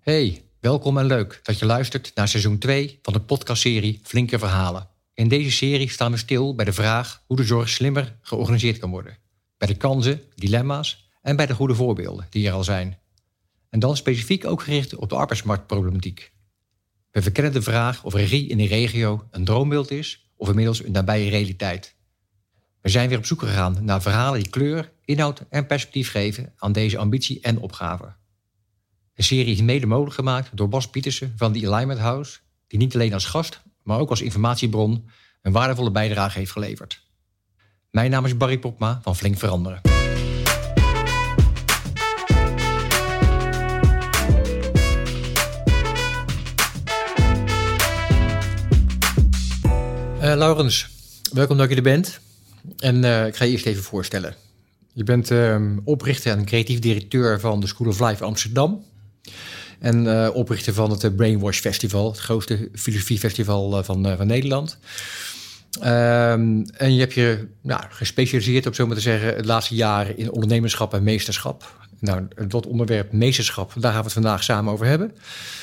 Hey, welkom en leuk dat je luistert naar seizoen 2 van de podcastserie Flinke Verhalen. In deze serie staan we stil bij de vraag hoe de zorg slimmer georganiseerd kan worden. Bij de kansen, dilemma's en bij de goede voorbeelden die er al zijn. En dan specifiek ook gericht op de arbeidsmarktproblematiek. We verkennen de vraag of regie in de regio een droombeeld is of inmiddels een nabije realiteit. We zijn weer op zoek gegaan naar verhalen die kleur, inhoud en perspectief geven aan deze ambitie en opgave. De serie is mede mogelijk gemaakt door Bas Pietersen van The Alignment House, die niet alleen als gast, maar ook als informatiebron een waardevolle bijdrage heeft geleverd. Mijn naam is Barry Popma van Flink Veranderen. Laurens, welkom dat je er bent. En ik ga je eerst even voorstellen. Je bent oprichter en creatief directeur van de School of Life Amsterdam. En oprichter van het Brainwash Festival, het grootste filosofiefestival van Nederland. En je hebt je gespecialiseerd, om zo maar te zeggen, het laatste jaar in ondernemerschap en meesterschap. Nou, dat onderwerp meesterschap, daar gaan we het vandaag samen over hebben.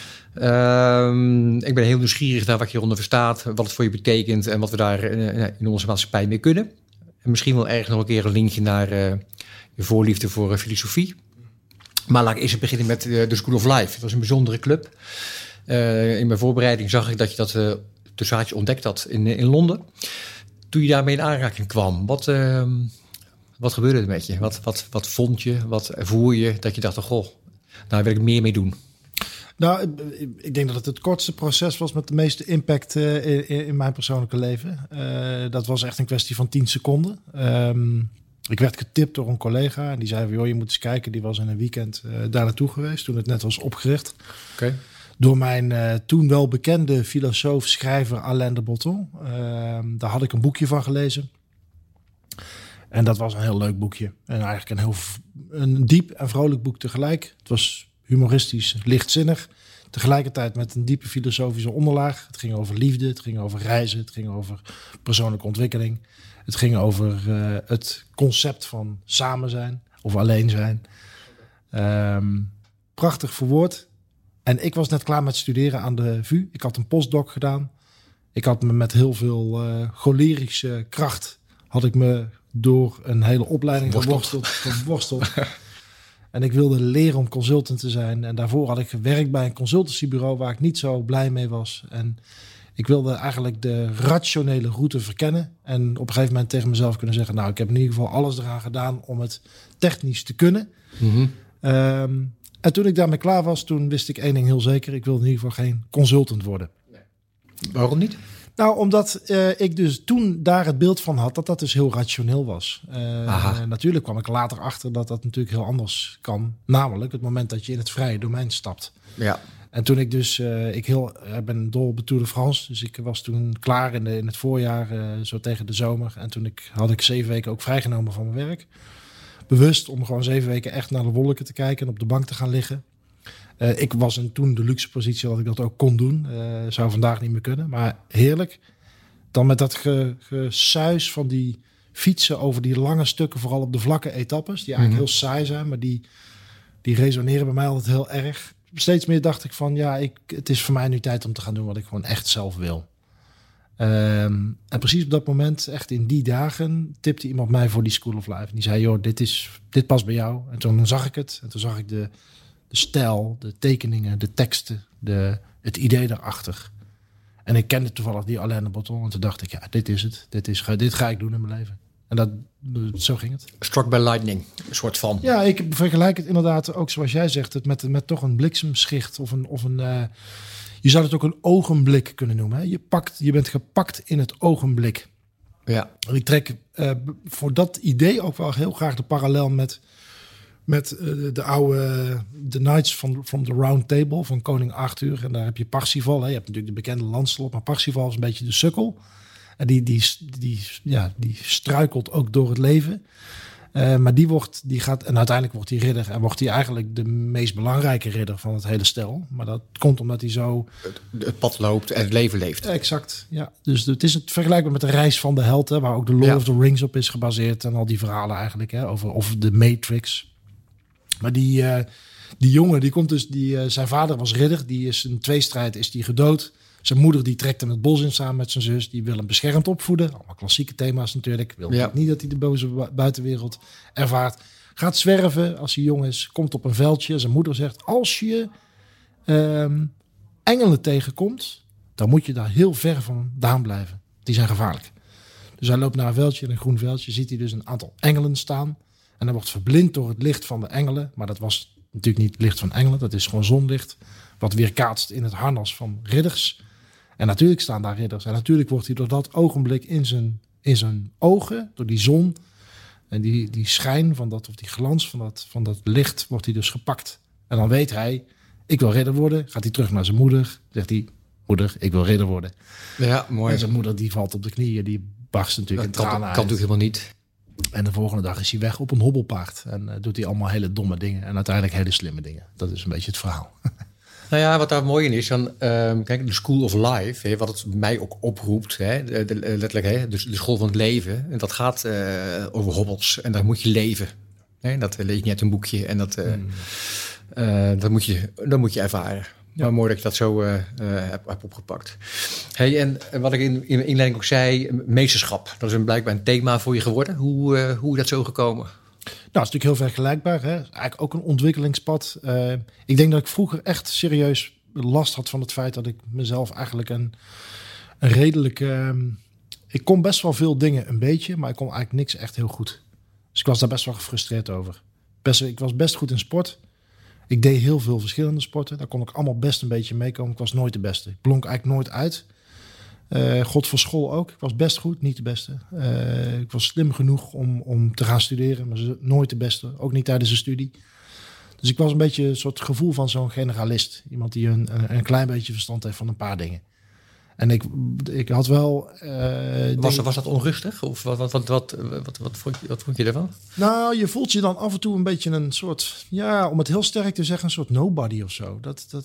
Ik ben heel nieuwsgierig naar wat je eronder verstaat, wat het voor je betekent en wat we daar in onze maatschappij mee kunnen. En misschien wel ergens nog een keer een linkje naar je voorliefde voor filosofie. Maar laat ik eerst beginnen met de School of Life. Het was een bijzondere club. In mijn voorbereiding zag ik dat je dat tussen haakjes ontdekt had in Londen. Toen je daarmee in aanraking kwam, wat gebeurde er met je? Wat vond je? Wat ervoer je? Dat je dacht, goh, daar wil ik meer mee doen. Nou, ik denk dat het kortste proces was met de meeste impact in mijn persoonlijke leven. Dat was echt een kwestie van 10 seconden. Ik werd getipt door een collega en die zei van, joh, je moet eens kijken. Die was in een weekend daar naartoe geweest toen het net was opgericht. Okay. Door mijn toen wel bekende filosoof, schrijver Alain de Botton. Daar had ik een boekje van gelezen. En dat was een heel leuk boekje. En eigenlijk een diep en vrolijk boek tegelijk. Het was humoristisch, lichtzinnig. Tegelijkertijd met een diepe filosofische onderlaag. Het ging over liefde, het ging over reizen, het ging over persoonlijke ontwikkeling. Het ging over het concept van samen zijn of alleen zijn. Prachtig verwoord. En ik was net klaar met studeren aan de VU. Ik had een postdoc gedaan. Ik had me met heel veel cholerische kracht had ik me door een hele opleiding geworsteld. En ik wilde leren om consultant te zijn. En daarvoor had ik gewerkt bij een consultancybureau waar ik niet zo blij mee was. En ik wilde eigenlijk de rationele route verkennen. En op een gegeven moment tegen mezelf kunnen zeggen, nou, ik heb in ieder geval alles eraan gedaan om het technisch te kunnen. Mm-hmm. En toen ik daarmee klaar was, toen wist ik één ding heel zeker. Ik wilde in ieder geval geen consultant worden. Nee. Waarom niet? Nou, omdat ik dus toen daar het beeld van had dat dus heel rationeel was. Natuurlijk kwam ik later achter dat dat natuurlijk heel anders kan. Namelijk het moment dat je in het vrije domein stapt. Ja. En toen ik dus, ik ben dol op de Tour de France. Dus ik was toen klaar in het voorjaar, zo tegen de zomer. En toen had ik 7 weken ook vrijgenomen van mijn werk. Bewust om gewoon 7 weken echt naar de wolken te kijken en op de bank te gaan liggen. Ik was in toen de luxe positie dat ik dat ook kon doen. Zou vandaag niet meer kunnen. Maar heerlijk. Dan met dat gesuis van die fietsen over die lange stukken, vooral op de vlakke etappes. Die eigenlijk heel saai zijn, maar die resoneren bij mij altijd heel erg. Steeds meer dacht ik van, het is voor mij nu tijd om te gaan doen wat ik gewoon echt zelf wil. En precies op dat moment, echt in die dagen, tipte iemand mij voor die School of Life. En die zei, joh, dit past bij jou. En toen zag ik het. En toen zag ik de stijl, de tekeningen, de teksten, het idee daarachter. En ik kende toevallig die Alain de Botton. En toen dacht ik, dit is het. Dit ga ik doen in mijn leven. En zo ging het. Struck by lightning, een soort van. Ja, ik vergelijk het inderdaad ook zoals jij zegt. Het met toch een bliksemschicht of een je zou het ook een ogenblik kunnen noemen. Hè? Je bent gepakt in het ogenblik. Ja. En ik trek voor dat idee ook wel heel graag de parallel met de oude The Knights from the Round Table van koning Arthur. En daar heb je Parsifal. Hè? Je hebt natuurlijk de bekende Lancelot, maar Parsifal is een beetje de sukkel. En die struikelt ook door het leven. Maar die gaat, en uiteindelijk wordt hij ridder. En wordt hij eigenlijk de meest belangrijke ridder van het hele stel. Maar dat komt omdat hij zo het pad loopt en het leven leeft. Exact, ja. Dus het is het vergelijkbaar met de reis van de held, hè, waar ook de Lord of the Rings op is gebaseerd. En al die verhalen eigenlijk, hè, over de Matrix. Maar Die jongen, die komt dus, zijn vader was ridder. Die is in 2-strijd is die gedood. Zijn moeder die trekt hem het bos in samen met zijn zus. Die wil hem beschermd opvoeden. Allemaal klassieke thema's natuurlijk. Wil niet dat hij de boze buitenwereld ervaart. Gaat zwerven als hij jong is. Komt op een veldje. Zijn moeder zegt, als je engelen tegenkomt, dan moet je daar heel ver vandaan blijven. Die zijn gevaarlijk. Dus hij loopt naar een veldje, een groen veldje. Ziet hij dus een aantal engelen staan. En hij wordt verblind door het licht van de engelen. Maar dat was natuurlijk niet het licht van engelen. Dat is gewoon zonlicht. Wat weerkaatst in het harnas van ridders. En natuurlijk staan daar ridders. En natuurlijk wordt hij door dat ogenblik in zijn ogen, door die zon en die schijn van dat, of die glans van dat licht, wordt hij dus gepakt. En dan weet hij, ik wil ridder worden. Gaat hij terug naar zijn moeder. Zegt hij, moeder, ik wil ridder worden. Ja, mooi. En zijn moeder die valt op de knieën. Die barst natuurlijk in tranen uit. Kan natuurlijk helemaal niet. En de volgende dag is hij weg op een hobbelpaard. En doet hij allemaal hele domme dingen. En uiteindelijk hele slimme dingen. Dat is een beetje het verhaal. Nou ja, wat daar mooi in is, dan, kijk, de School of Life, hè, wat het mij ook oproept, hè, letterlijk, hè, dus de school van het leven, en dat gaat over hobbels en daar moet je leven. Hè, dat lees je niet uit een boekje en dat moet je ervaren. Ja. Maar mooi dat je dat zo heb opgepakt. Hey, en wat ik in mijn inleiding ook zei, meesterschap, dat is blijkbaar een thema voor je geworden. Hoe dat zo gekomen? Nou, het is natuurlijk heel vergelijkbaar. Hè? Eigenlijk ook een ontwikkelingspad. Ik denk dat ik vroeger echt serieus last had van het feit dat ik mezelf eigenlijk een redelijk... ik kon best wel veel dingen een beetje, maar ik kon eigenlijk niks echt heel goed. Dus ik was daar best wel gefrustreerd over. Ik was best goed in sport. Ik deed heel veel verschillende sporten. Daar kon ik allemaal best een beetje meekomen. Ik was nooit de beste. Ik blonk eigenlijk nooit uit. God voor school ook. Ik was best goed, niet de beste. Ik was slim genoeg om te gaan studeren, maar nooit de beste. Ook niet tijdens de studie. Dus ik was een beetje een soort gevoel van zo'n generalist. Iemand die een klein beetje verstand heeft van een paar dingen. En ik had wel... Was dat onrustig? Of wat vond je ervan? Nou, je voelt je dan af en toe een beetje een soort... Ja, om het heel sterk te zeggen, een soort nobody of zo.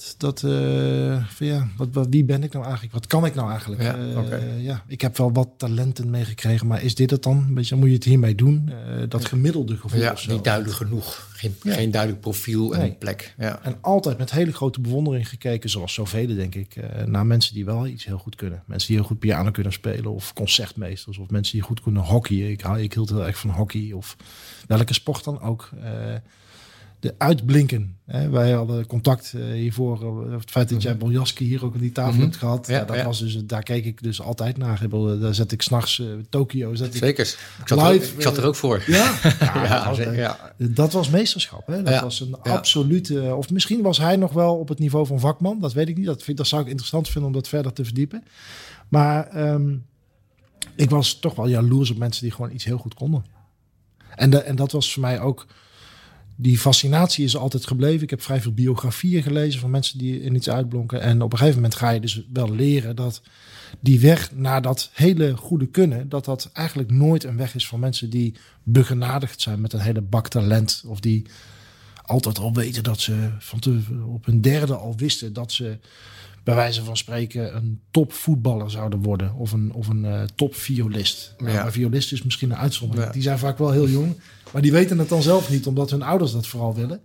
Wie ben ik nou eigenlijk? Wat kan ik nou eigenlijk? Ja, ik heb wel wat talenten meegekregen, maar is dit het dan? Een beetje, moet je het hiermee doen? Dat gemiddelde gevoel of zo. Niet duidelijk genoeg. Geen duidelijk profiel en plek. Ja. En altijd met hele grote bewondering gekeken, zoals zoveel denk ik, naar mensen die wel iets heel goed kunnen. Mensen die heel goed piano kunnen spelen of concertmeesters of mensen die goed kunnen hockeyen. Ik hield heel erg van hockey of welke sport dan ook. De uitblinken. Hè? Wij hadden contact hiervoor. Het feit dat jij Boljaski hier ook aan die tafel hebt gehad. Was dus, daar keek ik dus altijd naar. Daar zet ik 's nachts Tokio. Zeker. Ik zat er ook voor. Ja? Dat was meesterschap. Hè? Dat was een absolute... Of misschien was hij nog wel op het niveau van vakman. Dat weet ik niet. Dat zou ik interessant vinden om dat verder te verdiepen. Maar ik was toch wel jaloers op mensen die gewoon iets heel goed konden. En dat was voor mij ook... Die fascinatie is altijd gebleven. Ik heb vrij veel biografieën gelezen van mensen die in iets uitblonken. En op een gegeven moment ga je dus wel leren dat die weg naar dat hele goede kunnen, dat eigenlijk nooit een weg is van mensen die begenadigd zijn met een hele bak talent. Of die altijd al weten dat ze op hun derde al wisten dat ze bij wijze van spreken een topvoetballer zouden worden. Of een topviolist. Maar violist is misschien een uitzondering. Ja. Die zijn vaak wel heel jong. Maar die weten het dan zelf niet, omdat hun ouders dat vooral willen.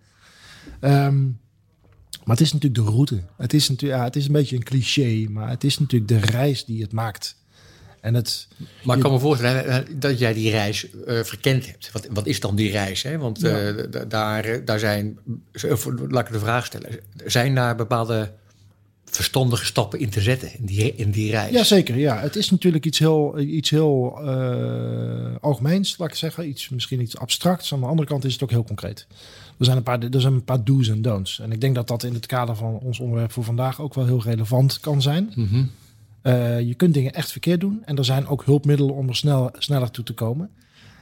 Maar het is natuurlijk de route. Het is een beetje een cliché, maar het is natuurlijk de reis die het maakt. Maar ik kan me voorstellen dat jij die reis verkend hebt. Wat is dan die reis? Hè? Want daar zijn, laat ik de vraag stellen, zijn daar bepaalde verstandige stappen in te zetten in die reis? Jazeker, ja. Het is natuurlijk iets heel algemeens, laat ik zeggen. Misschien iets abstracts. Aan de andere kant is het ook heel concreet. Er zijn een paar do's en don'ts. En ik denk dat in het kader van ons onderwerp voor vandaag ook wel heel relevant kan zijn. Mm-hmm. Je kunt dingen echt verkeerd doen. En er zijn ook hulpmiddelen om er sneller toe te komen.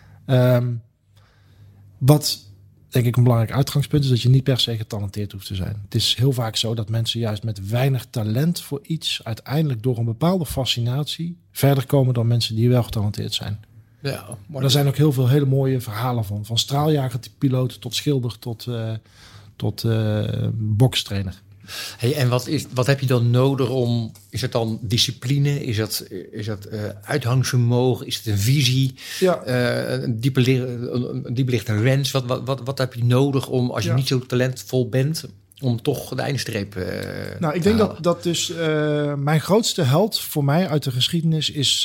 Wat denk ik een belangrijk uitgangspunt is dat je niet per se getalenteerd hoeft te zijn. Het is heel vaak zo dat mensen juist met weinig talent voor iets uiteindelijk door een bepaalde fascinatie verder komen dan mensen die wel getalenteerd zijn. Ja, maar er zijn ook heel veel hele mooie verhalen van straaljagerpiloot tot schilder tot bokstrainer. Hey, en wat heb je dan nodig om... Is het dan discipline? Is dat uithangvermogen? Is het een visie? Ja. Een diepliggende wens? Wat heb je nodig om, als je niet zo talentvol bent... om toch de eindstreep ik denk dat dus mijn grootste held voor mij uit de geschiedenis is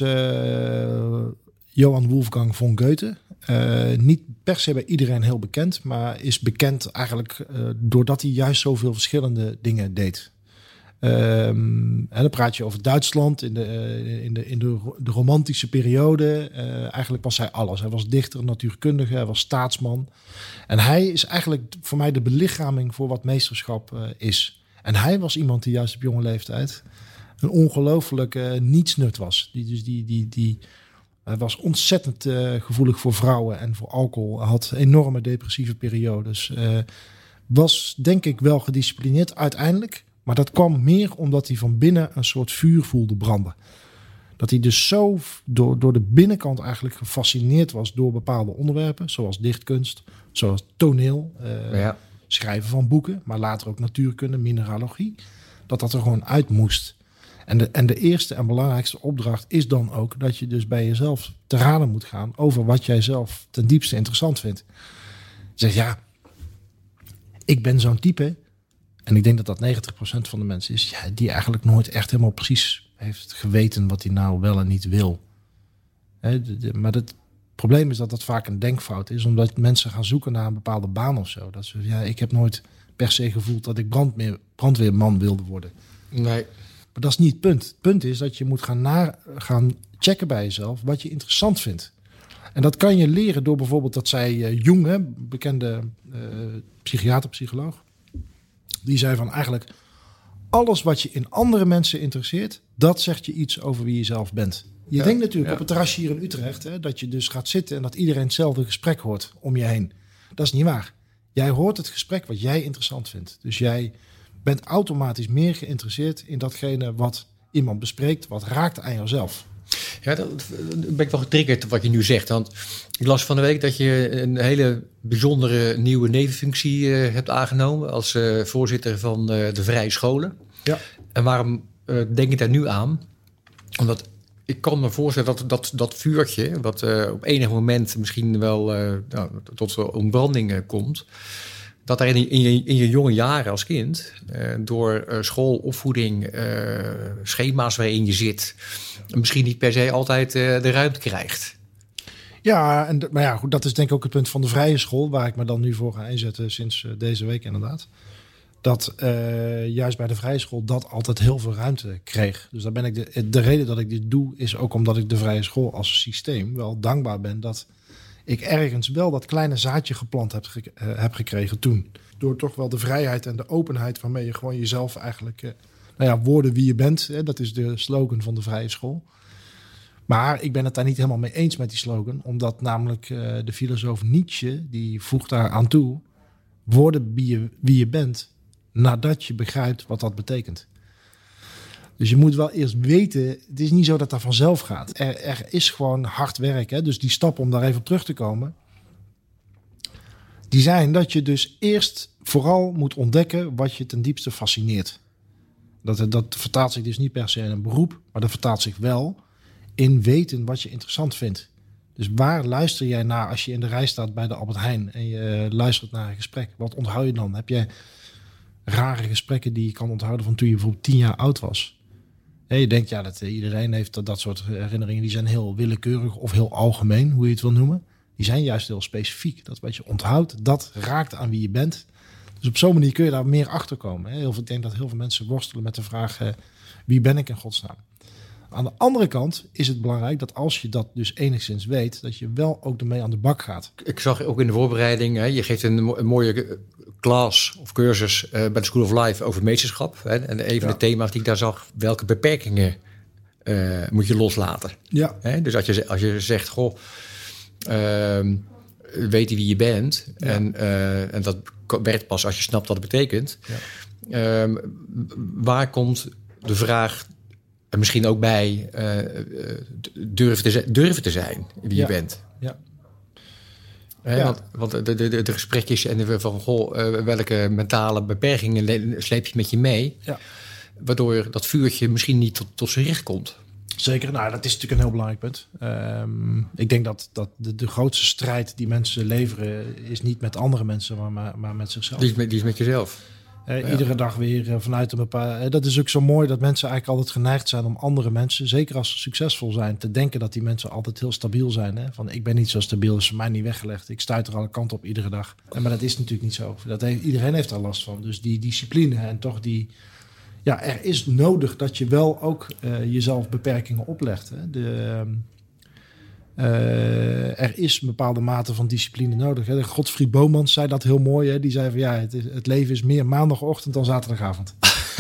Johann Wolfgang von Goethe. Niet per se bij iedereen heel bekend, maar is bekend eigenlijk doordat hij juist zoveel verschillende dingen deed. En dan praat je over Duitsland in de romantische periode. Eigenlijk was hij alles. Hij was dichter, natuurkundige, hij was staatsman. En hij is eigenlijk voor mij de belichaming voor wat meesterschap is. En hij was iemand die juist op jonge leeftijd een ongelooflijk nietsnut was. Hij was ontzettend gevoelig voor vrouwen en voor alcohol. Hij had enorme depressieve periodes. Was denk ik wel gedisciplineerd uiteindelijk. Maar dat kwam meer omdat hij van binnen een soort vuur voelde branden. Dat hij dus zo door de binnenkant eigenlijk gefascineerd was door bepaalde onderwerpen. Zoals dichtkunst, zoals toneel, schrijven van boeken. Maar later ook natuurkunde, mineralogie. Dat er gewoon uit moest. En de eerste en belangrijkste opdracht is dan ook dat je dus bij jezelf te raden moet gaan over wat jij zelf ten diepste interessant vindt. Je zegt ik ben zo'n type. En ik denk dat 90% van de mensen is die eigenlijk nooit echt helemaal precies heeft geweten wat hij nou wel en niet wil. Maar het probleem is dat dat vaak een denkfout is, omdat mensen gaan zoeken naar een bepaalde baan of zo. Dat ze, ik heb nooit per se gevoeld dat ik brandweerman wilde worden. Nee. Maar dat is niet het punt. Het punt is dat je moet gaan checken bij jezelf wat je interessant vindt. En dat kan je leren door bijvoorbeeld dat zij Jung, bekende psychiater, psycholoog, die zei van eigenlijk alles wat je in andere mensen interesseert, dat zegt je iets over wie je zelf bent. Je denkt natuurlijk op het terrasje hier in Utrecht, dat je dus gaat zitten en dat iedereen hetzelfde gesprek hoort om je heen. Dat is niet waar. Jij hoort het gesprek wat jij interessant vindt. Dus jij bent automatisch meer geïnteresseerd in datgene wat iemand bespreekt, wat raakt aan jouzelf. Ja, dat ben ik wel getriggerd wat je nu zegt. Want ik las van de week dat je een hele bijzondere nieuwe nevenfunctie hebt aangenomen als voorzitter van de Vrije Scholen. Ja. En waarom denk ik daar nu aan? Omdat ik kan me voorstellen dat vuurtje, wat op enig moment misschien wel tot ontbranding komt, dat er in je jonge jaren als kind, door school, opvoeding, schema's waarin je zit, misschien niet per se altijd de ruimte krijgt. Ja, maar goed, dat is denk ik ook het punt van de vrije school, waar ik me dan nu voor ga inzetten sinds deze week inderdaad. Dat juist bij de vrije school dat altijd heel veel ruimte kreeg. Dus daar ben ik de reden dat ik dit doe, is ook omdat ik de vrije school als systeem wel dankbaar ben dat ik ergens wel dat kleine zaadje geplant heb gekregen toen. Door toch wel de vrijheid en de openheid waarmee je gewoon jezelf eigenlijk worden wie je bent. Dat is de slogan van de vrije school. Maar ik ben het daar niet helemaal mee eens met die slogan. Omdat namelijk de filosoof Nietzsche, die voegt daar aan toe, worden wie je bent nadat je begrijpt wat dat betekent. Dus je moet wel eerst weten, het is niet zo dat dat vanzelf gaat. Er is gewoon hard werk. Hè? Dus die stappen om daar even op terug te komen, die zijn dat je dus eerst vooral moet ontdekken wat je ten diepste fascineert. Dat vertaalt zich dus niet per se in een beroep, maar dat vertaalt zich wel in weten wat je interessant vindt. Dus waar luister jij naar als je in de rij staat bij de Albert Heijn en je luistert naar een gesprek? Wat onthoud je dan? Heb je rare gesprekken die je kan onthouden van toen je bijvoorbeeld 10 jaar oud was? Je denkt, dat iedereen heeft dat soort herinneringen. Die zijn heel willekeurig of heel algemeen, hoe je het wil noemen. Die zijn juist heel specifiek. Dat wat je onthoudt, dat raakt aan wie je bent. Dus op zo'n manier kun je daar meer achter komen. Ik denk dat heel veel mensen worstelen met de vraag, wie ben ik in godsnaam? Aan de andere kant is het belangrijk dat als je dat dus enigszins weet, dat je wel ook ermee aan de bak gaat. Ik zag ook in de voorbereiding, je geeft een mooie klas of cursus bij de School of Life over meesterschap. En een van de thema's die ik daar zag, welke beperkingen moet je loslaten? Ja. Dus als je zegt, weten wie je bent, en dat werkt pas als je snapt wat het betekent. Ja. Waar komt de vraag en misschien ook bij durven te zijn wie je bent? Ja. Want de gesprekjes en van welke mentale beperkingen sleep je met je mee, waardoor dat vuurtje misschien niet tot zijn recht komt. Zeker, nou dat is natuurlijk een heel belangrijk punt. Ik denk dat de grootste strijd die mensen leveren is niet met andere mensen, maar met zichzelf. Die is met jezelf. Iedere dag weer vanuit een bepaalde... dat is ook zo mooi dat mensen eigenlijk altijd geneigd zijn om andere mensen, zeker als ze succesvol zijn, te denken dat die mensen altijd heel stabiel zijn. Hè? Van ik ben niet zo stabiel, is voor mij niet weggelegd. Ik stuit er alle kanten op iedere dag. Maar dat is natuurlijk niet zo. Iedereen heeft daar last van. Dus die discipline en toch die... Ja, er is nodig dat je wel ook jezelf beperkingen oplegt. Hè? Er is een bepaalde mate van discipline nodig. Hè? Godfried Bomans zei dat heel mooi. Hè? Die zei van het leven is meer maandagochtend dan zaterdagavond.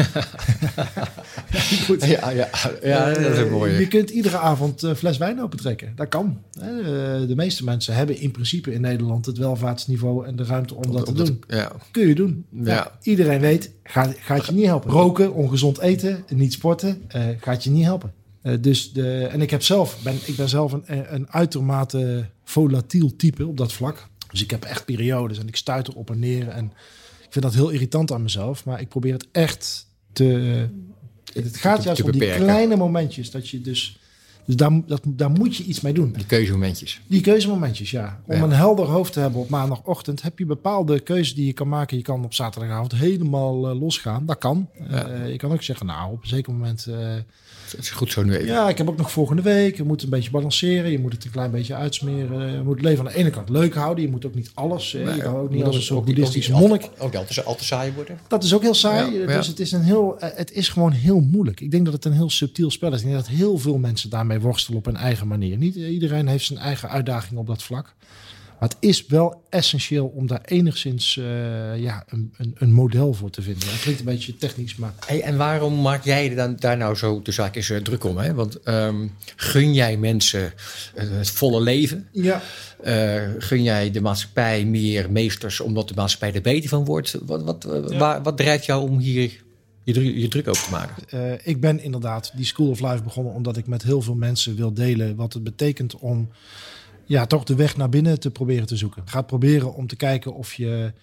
Goed. Ja, dat is ook mooi. Je kunt iedere avond een fles wijn opentrekken. Dat kan. De meeste mensen hebben in principe in Nederland het welvaartsniveau en de ruimte om dat te doen. Ja. Kun je doen. Ja. Iedereen weet, gaat je niet helpen. Roken, ongezond eten, niet sporten, gaat je niet helpen. En ik ben zelf een uitermate volatiel type op dat vlak. Dus ik heb echt periodes en ik stuit er op en neer. En ik vind dat heel irritant aan mezelf. Maar ik probeer het echt het gaat juist om die kleine momentjes. Dat je dus daar moet je iets mee doen. Die keuzemomentjes, ja. Om een helder hoofd te hebben op maandagochtend heb je bepaalde keuzes die je kan maken. Je kan op zaterdagavond helemaal losgaan. Dat kan. Je kan ook zeggen, nou, op een zeker moment... het is goed zo nu even. Ja, ik heb ook nog volgende week. Je moet een beetje balanceren. Je moet het een klein beetje uitsmeren. Je moet het leven aan de ene kant leuk houden. Je moet ook niet alles. Je kan ook niet als een soort boeddhistische monnik. Ook al te saai worden. Dat is ook heel saai. Dus het is gewoon heel moeilijk. Ik denk dat het een heel subtiel spel is. Ik denk dat heel veel mensen daarmee worstelen op hun eigen manier. Niet iedereen heeft zijn eigen uitdaging op dat vlak. Maar het is wel essentieel om daar enigszins een model voor te vinden. Dat klinkt een beetje technisch, maar... En waarom maak jij daar nou zo de zaak eens druk om? Hè? Want gun jij mensen het volle leven? Ja. Gun jij de maatschappij meer meesters omdat de maatschappij er beter van wordt? Wat drijft jou om hier je druk over te maken? Ik ben inderdaad die School of Life begonnen omdat ik met heel veel mensen wil delen wat het betekent om... toch de weg naar binnen te proberen te zoeken. Ga proberen om te kijken of je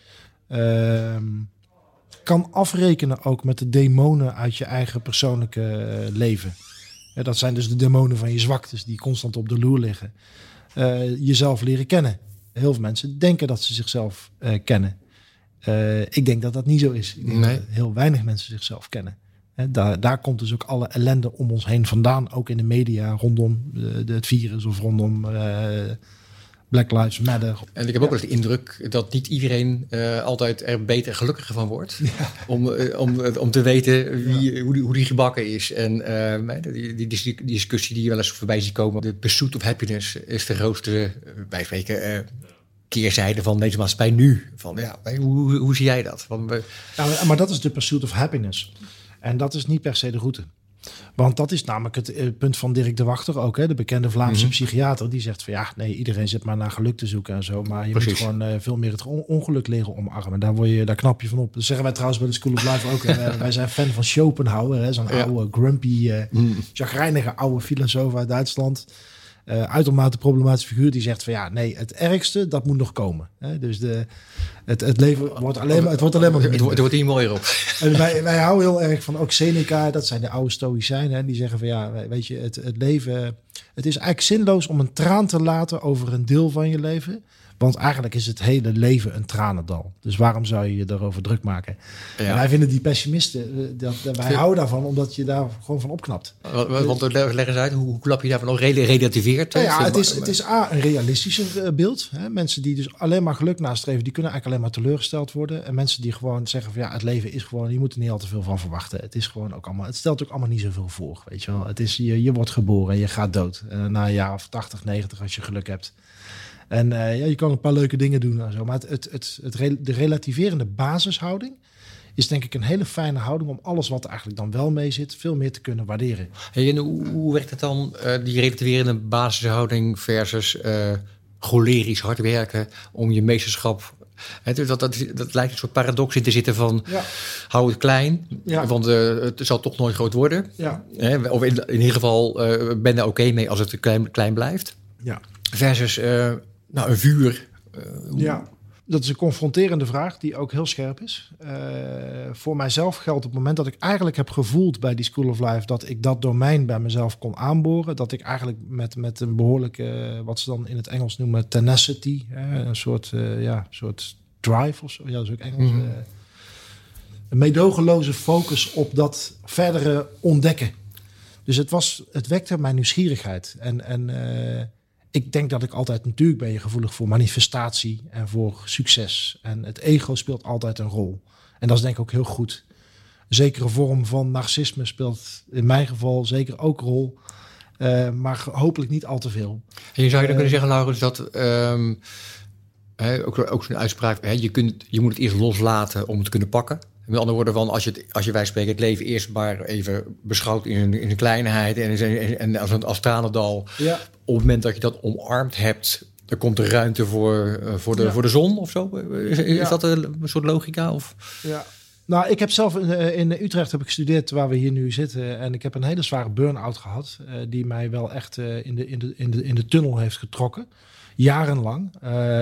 kan afrekenen ook met de demonen uit je eigen persoonlijke leven. Dat zijn dus de demonen van je zwaktes die constant op de loer liggen. Jezelf leren kennen. Heel veel mensen denken dat ze zichzelf kennen. Ik denk dat dat niet zo is. Ik denk dat heel weinig mensen zichzelf kennen. Daar komt dus ook alle ellende om ons heen vandaan. Ook in de media rondom het virus of rondom Black Lives Matter. En ik heb ook wel de indruk dat niet iedereen altijd er beter en gelukkiger van wordt. Ja. Om te weten hoe die gebakken is. En die discussie die je wel eens voorbij ziet komen. De pursuit of happiness is de grootste, bij spreken... keerzijde van deze maatschappij nu. Hoe zie jij dat? Maar dat is de pursuit of happiness. En dat is niet per se de route. Want dat is namelijk het punt van Dirk de Wachter ook. Hè, de bekende Vlaamse psychiater. Die zegt van iedereen zit maar naar geluk te zoeken en zo. Maar je moet gewoon veel meer het ongeluk leren omarmen. Daar knap je van op. Dat zeggen wij trouwens bij de School of Life ook. Wij zijn fan van Schopenhauer. Hè, zo'n oude, grumpy, chagrijnige oude filosoof uit Duitsland. Uitermate problematische figuur die zegt van het ergste, dat moet nog komen. Dus het leven wordt alleen maar... Het wordt hier mooier op. En wij houden heel erg van ook Seneca, dat zijn de oude stoïcijnen. Die zeggen van weet je, het leven... Het is eigenlijk zinloos om een traan te laten over een deel van je leven. Want eigenlijk is het hele leven een tranendal. Dus waarom zou je je daarover druk maken? Ja. En wij vinden die pessimisten, wij houden daarvan omdat je daar gewoon van opknapt. Want leg eens uit, hoe klap je daarvan nog relativeert? Het is een realistischer beeld. Hè? Mensen die dus alleen maar geluk nastreven, die kunnen eigenlijk alleen maar teleurgesteld worden. En mensen die gewoon zeggen van het leven is gewoon, je moet er niet al te veel van verwachten. Het is gewoon ook allemaal, het stelt ook allemaal niet zoveel voor. Weet je wel? Het is, je wordt geboren en je gaat dood. Na een jaar of 80, 90 als je geluk hebt. En je kan een paar leuke dingen doen en zo. Maar de relativerende basishouding is denk ik een hele fijne houding om alles wat er eigenlijk dan wel mee zit, veel meer te kunnen waarderen. En hoe werkt het dan, die relativerende basishouding versus cholerisch hard werken om je meesterschap... Dat lijkt een soort paradox in te zitten van hou het klein, want het zal toch nooit groot worden. Ja. Of in ieder geval ben er oké mee als het klein blijft. Ja. Versus een vuur Dat is een confronterende vraag die ook heel scherp is. Voor mijzelf geldt op het moment dat ik eigenlijk heb gevoeld bij die School of Life dat ik dat domein bij mezelf kon aanboren. Dat ik eigenlijk met een behoorlijke, wat ze dan in het Engels noemen, tenacity, een soort drive of zo. Ja, dat is ook Engels. Een meedogenloze focus op dat verdere ontdekken. Dus het wekte mijn nieuwsgierigheid. En ik denk dat ik altijd, natuurlijk ben je gevoelig voor manifestatie en voor succes. En het ego speelt altijd een rol. En dat is denk ik ook heel goed. Een zekere vorm van narcisme speelt in mijn geval zeker ook rol. Maar hopelijk niet al te veel. En je zou dan kunnen zeggen, Laurens, dat ook zo'n uitspraak, je moet het eerst loslaten om het te kunnen pakken. Met andere woorden, van als je wij spreken het leven eerst maar even beschouwt in een kleinheid en als tranendal. Ja. Op het moment dat je dat omarmd hebt, dan komt er ruimte voor de zon of zo. Is dat een soort logica? Of? Ja. Nou, ik heb zelf in Utrecht heb ik gestudeerd waar we hier nu zitten. En ik heb een hele zware burn-out gehad. Die mij wel echt in de tunnel heeft getrokken. Jarenlang.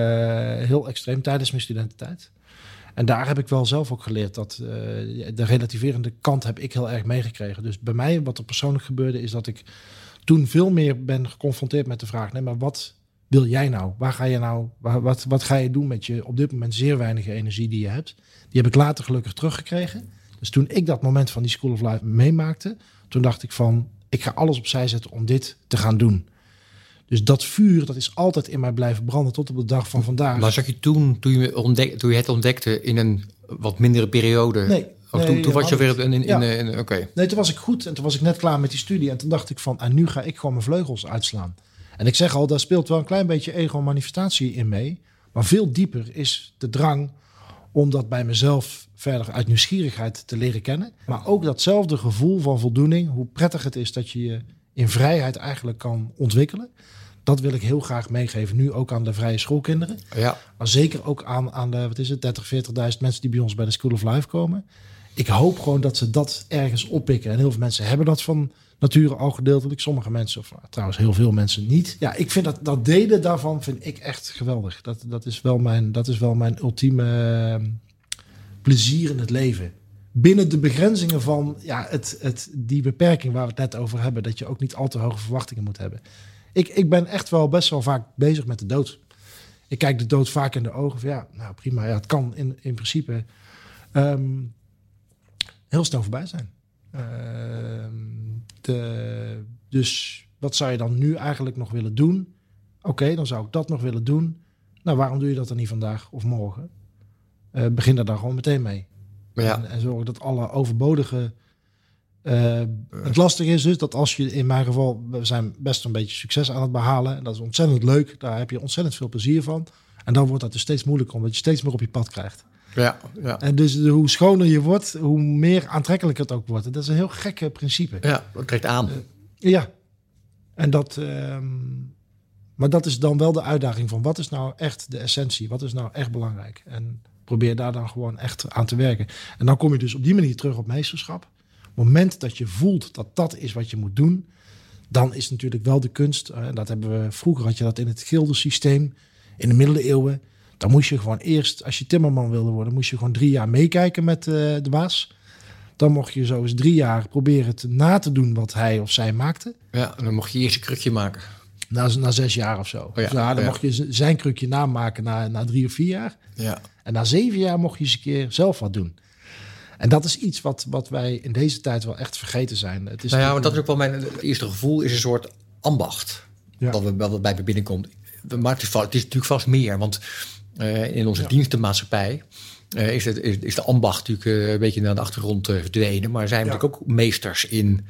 Heel extreem tijdens mijn studententijd. En daar heb ik wel zelf ook geleerd dat de relativerende kant heb ik heel erg meegekregen. Dus bij mij, wat er persoonlijk gebeurde, is dat ik toen veel meer ben geconfronteerd met de vraag: nee, maar wat wil jij nou? Waar ga je nou? Wat ga je doen met je op dit moment zeer weinige energie die je hebt? Die heb ik later gelukkig teruggekregen. Dus toen ik dat moment van die School of Life meemaakte, toen dacht ik van, ik ga alles opzij zetten om dit te gaan doen. Dus dat vuur, dat is altijd in mij blijven branden tot op de dag van vandaag. Maar zag je toen je het ontdekte in een wat mindere periode? Nee. Toen was je weer Nee, toen was ik goed en toen was ik net klaar met die studie. En toen dacht ik van, en nu ga ik gewoon mijn vleugels uitslaan. En ik zeg al, daar speelt wel een klein beetje ego-manifestatie in mee. Maar veel dieper is de drang om dat bij mezelf verder uit nieuwsgierigheid te leren kennen. Maar ook datzelfde gevoel van voldoening, hoe prettig het is dat je je in vrijheid eigenlijk kan ontwikkelen. Dat wil ik heel graag meegeven, nu ook aan de vrije schoolkinderen. Ja. Maar zeker ook aan de 30.000, 40.000 mensen die bij ons bij de School of Life komen. Ik hoop gewoon dat ze dat ergens oppikken. En heel veel mensen hebben dat van nature al gedeeltelijk. Sommige mensen, of trouwens heel veel mensen niet. Ja, ik vind dat delen daarvan vind ik echt geweldig. Dat is wel mijn ultieme plezier in het leven. Binnen de begrenzingen van die beperking waar we het net over hebben. Dat je ook niet al te hoge verwachtingen moet hebben. Ik ben echt wel best wel vaak bezig met de dood. Ik kijk de dood vaak in de ogen van prima. Ja, het kan in principe heel snel voorbij zijn. Dus wat zou je dan nu eigenlijk nog willen doen? Oké, dan zou ik dat nog willen doen. Nou, waarom doe je dat dan niet vandaag of morgen? Begin er dan gewoon meteen mee. Ja. En zorg dat alle overbodige... het lastige is dus dat als je, in mijn geval, we zijn best een beetje succes aan het behalen. En dat is ontzettend leuk. Daar heb je ontzettend veel plezier van. En dan wordt dat dus steeds moeilijker, omdat je steeds meer op je pad krijgt. Ja. En dus hoe schoner je wordt, hoe meer aantrekkelijk het ook wordt. En dat is een heel gekke principe. Ja, dat trekt aan. Ja. En dat... maar dat is dan wel de uitdaging van wat is nou echt de essentie? Wat is nou echt belangrijk? En probeer daar dan gewoon echt aan te werken. En dan kom je dus op die manier terug op meesterschap. Op het moment dat je voelt dat dat is wat je moet doen, dan is natuurlijk wel de kunst. Dat hebben we vroeger, had je dat in het gildensysteem in de middeleeuwen. Dan moest je gewoon eerst, als je timmerman wilde worden, moest je gewoon 3 jaar meekijken met de baas. Dan mocht je zo eens 3 jaar proberen na te doen wat hij of zij maakte. Ja, en dan mocht je eerst een krukje maken. Na 6 jaar of zo. Dan mocht je zijn krukje namaken na 3 of 4 jaar. Ja. En na 7 jaar mocht je eens een keer zelf wat doen. En dat is iets wat wij in deze tijd wel echt vergeten zijn. Het is maar dat is ook wel mijn eerste gevoel, is een soort ambacht. Ja. Wat bij me binnenkomt. Maar het is natuurlijk vast meer, want in onze dienstenmaatschappij is de ambacht natuurlijk een beetje naar de achtergrond verdwenen. Maar zijn we natuurlijk ook meesters in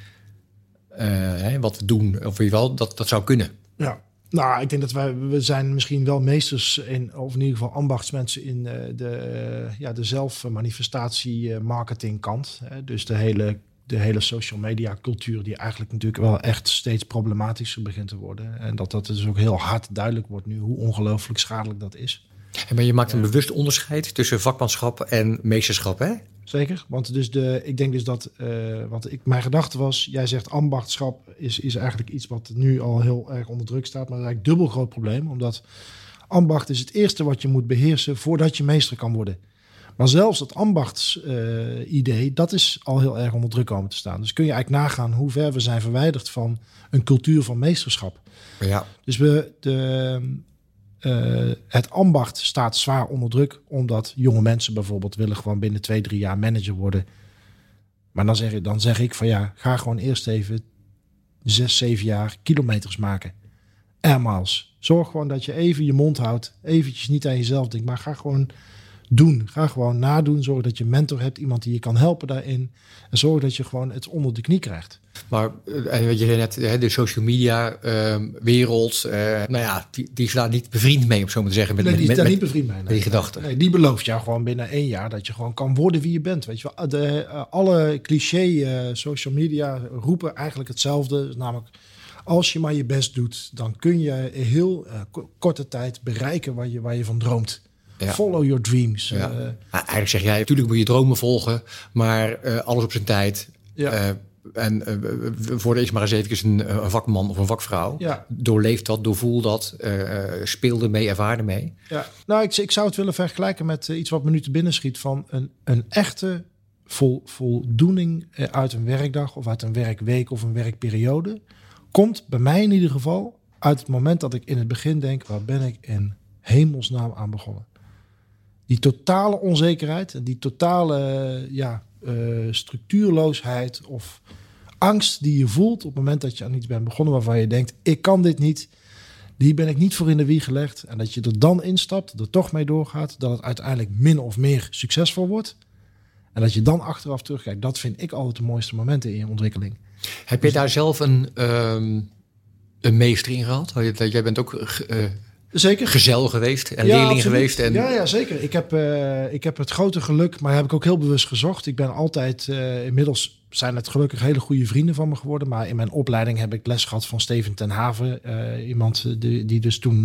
wat we doen. Of in ieder geval, dat zou kunnen. Ja. Nou, ik denk dat we zijn misschien wel meesters in, of in ieder geval ambachtsmensen in de zelfmanifestatie marketingkant. Dus de hele social media cultuur die eigenlijk natuurlijk wel echt steeds problematischer begint te worden. En dat dus ook heel hard duidelijk wordt nu hoe ongelooflijk schadelijk dat is. Maar je maakt een bewust onderscheid tussen vakmanschap en meesterschap, hè? Zeker, want dus ik denk dus dat, mijn gedachte was, jij zegt ambachtschap is eigenlijk iets wat nu al heel erg onder druk staat, maar dat is eigenlijk een dubbel groot probleem, omdat Ambacht is het eerste wat je moet beheersen voordat je meester kan worden. Maar zelfs dat ambachtsidee, dat is al heel erg onder druk komen te staan. Dus kun je eigenlijk nagaan hoe ver we zijn verwijderd van een cultuur van meesterschap. Ja. Dus het ambacht staat zwaar onder druk, omdat jonge mensen bijvoorbeeld willen gewoon binnen 2-3 jaar manager worden. Maar dan zeg ik van ja, ga gewoon eerst even 6-7 jaar kilometers maken. Airmiles. Zorg gewoon dat je even je mond houdt. Eventjes niet aan jezelf denkt, maar ga gewoon doen. Ga gewoon nadoen. Zorg dat je een mentor hebt. Iemand die je kan helpen daarin. En zorg dat je gewoon het onder de knie krijgt. Maar wat je zei net, de social media wereld, die is daar niet bevriend mee, om zo maar te zeggen. Die is daar niet bevriend mee. Die gedachten. Nee, die belooft jou gewoon binnen 1 jaar dat je gewoon kan worden wie je bent. Weet je wel? Alle cliché social media roepen eigenlijk hetzelfde. Dus namelijk, als je maar je best doet, dan kun je in heel korte tijd bereiken waar je van droomt. Ja. Follow your dreams. Ja. Eigenlijk zeg jij, natuurlijk moet je dromen volgen, maar alles op zijn tijd. Ja. Voor eerst maar eens even een vakman of een vakvrouw. Ja. Doorleef dat, doorvoel dat, speel ermee, ervaar ermee. Ja. Nou, ik zou het willen vergelijken met iets wat me nu te binnen schiet van een echte voldoening uit een werkdag of uit een werkweek of een werkperiode. Komt bij mij in ieder geval uit het moment dat ik in het begin denk, waar ben ik in hemelsnaam aan begonnen? Die totale onzekerheid en die totale structuurloosheid of angst die je voelt op het moment dat je aan iets bent begonnen waarvan je denkt, ik kan dit niet, die ben ik niet voor in de wieg gelegd. En dat je er dan instapt, er toch mee doorgaat, dat het uiteindelijk min of meer succesvol wordt. En dat je dan achteraf terugkijkt, dat vind ik altijd de mooiste momenten in je ontwikkeling. Heb je daar zelf een meester in gehad? Jij bent ook zeker gezel geweest en leerling absoluut geweest. En Ja, zeker. Ik heb het grote geluk, maar heb ik ook heel bewust gezocht. Ik ben altijd, inmiddels zijn het gelukkig hele goede vrienden van me geworden. Maar in mijn opleiding heb ik les gehad van Steven ten Haven. Iemand die dus toen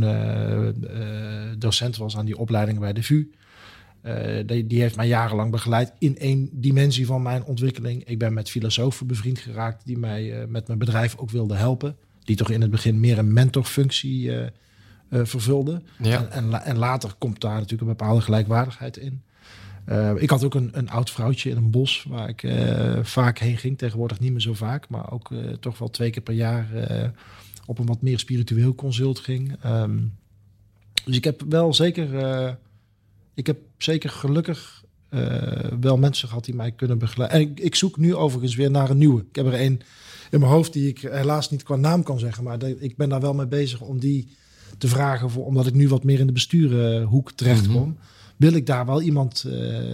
docent was aan die opleiding bij de VU. Die heeft mij jarenlang begeleid in één dimensie van mijn ontwikkeling. Ik ben met filosofen bevriend geraakt die mij met mijn bedrijf ook wilden helpen. Die toch in het begin meer een mentorfunctie vervulde. Ja. En later komt daar natuurlijk een bepaalde gelijkwaardigheid in. Ik had ook een oud vrouwtje in een bos waar ik vaak heen ging. Tegenwoordig niet meer zo vaak, maar ook toch wel 2 keer per jaar op een wat meer spiritueel consult ging. Dus ik heb wel zeker... Ik heb zeker gelukkig wel mensen gehad die mij kunnen begeleiden. En ik zoek nu overigens weer naar een nieuwe. Ik heb er een in mijn hoofd die ik helaas niet qua naam kan zeggen. Maar ik ben daar wel mee bezig om die te vragen. Omdat ik nu wat meer in de bestuurhoek terechtkom. Mm-hmm. Wil ik daar wel iemand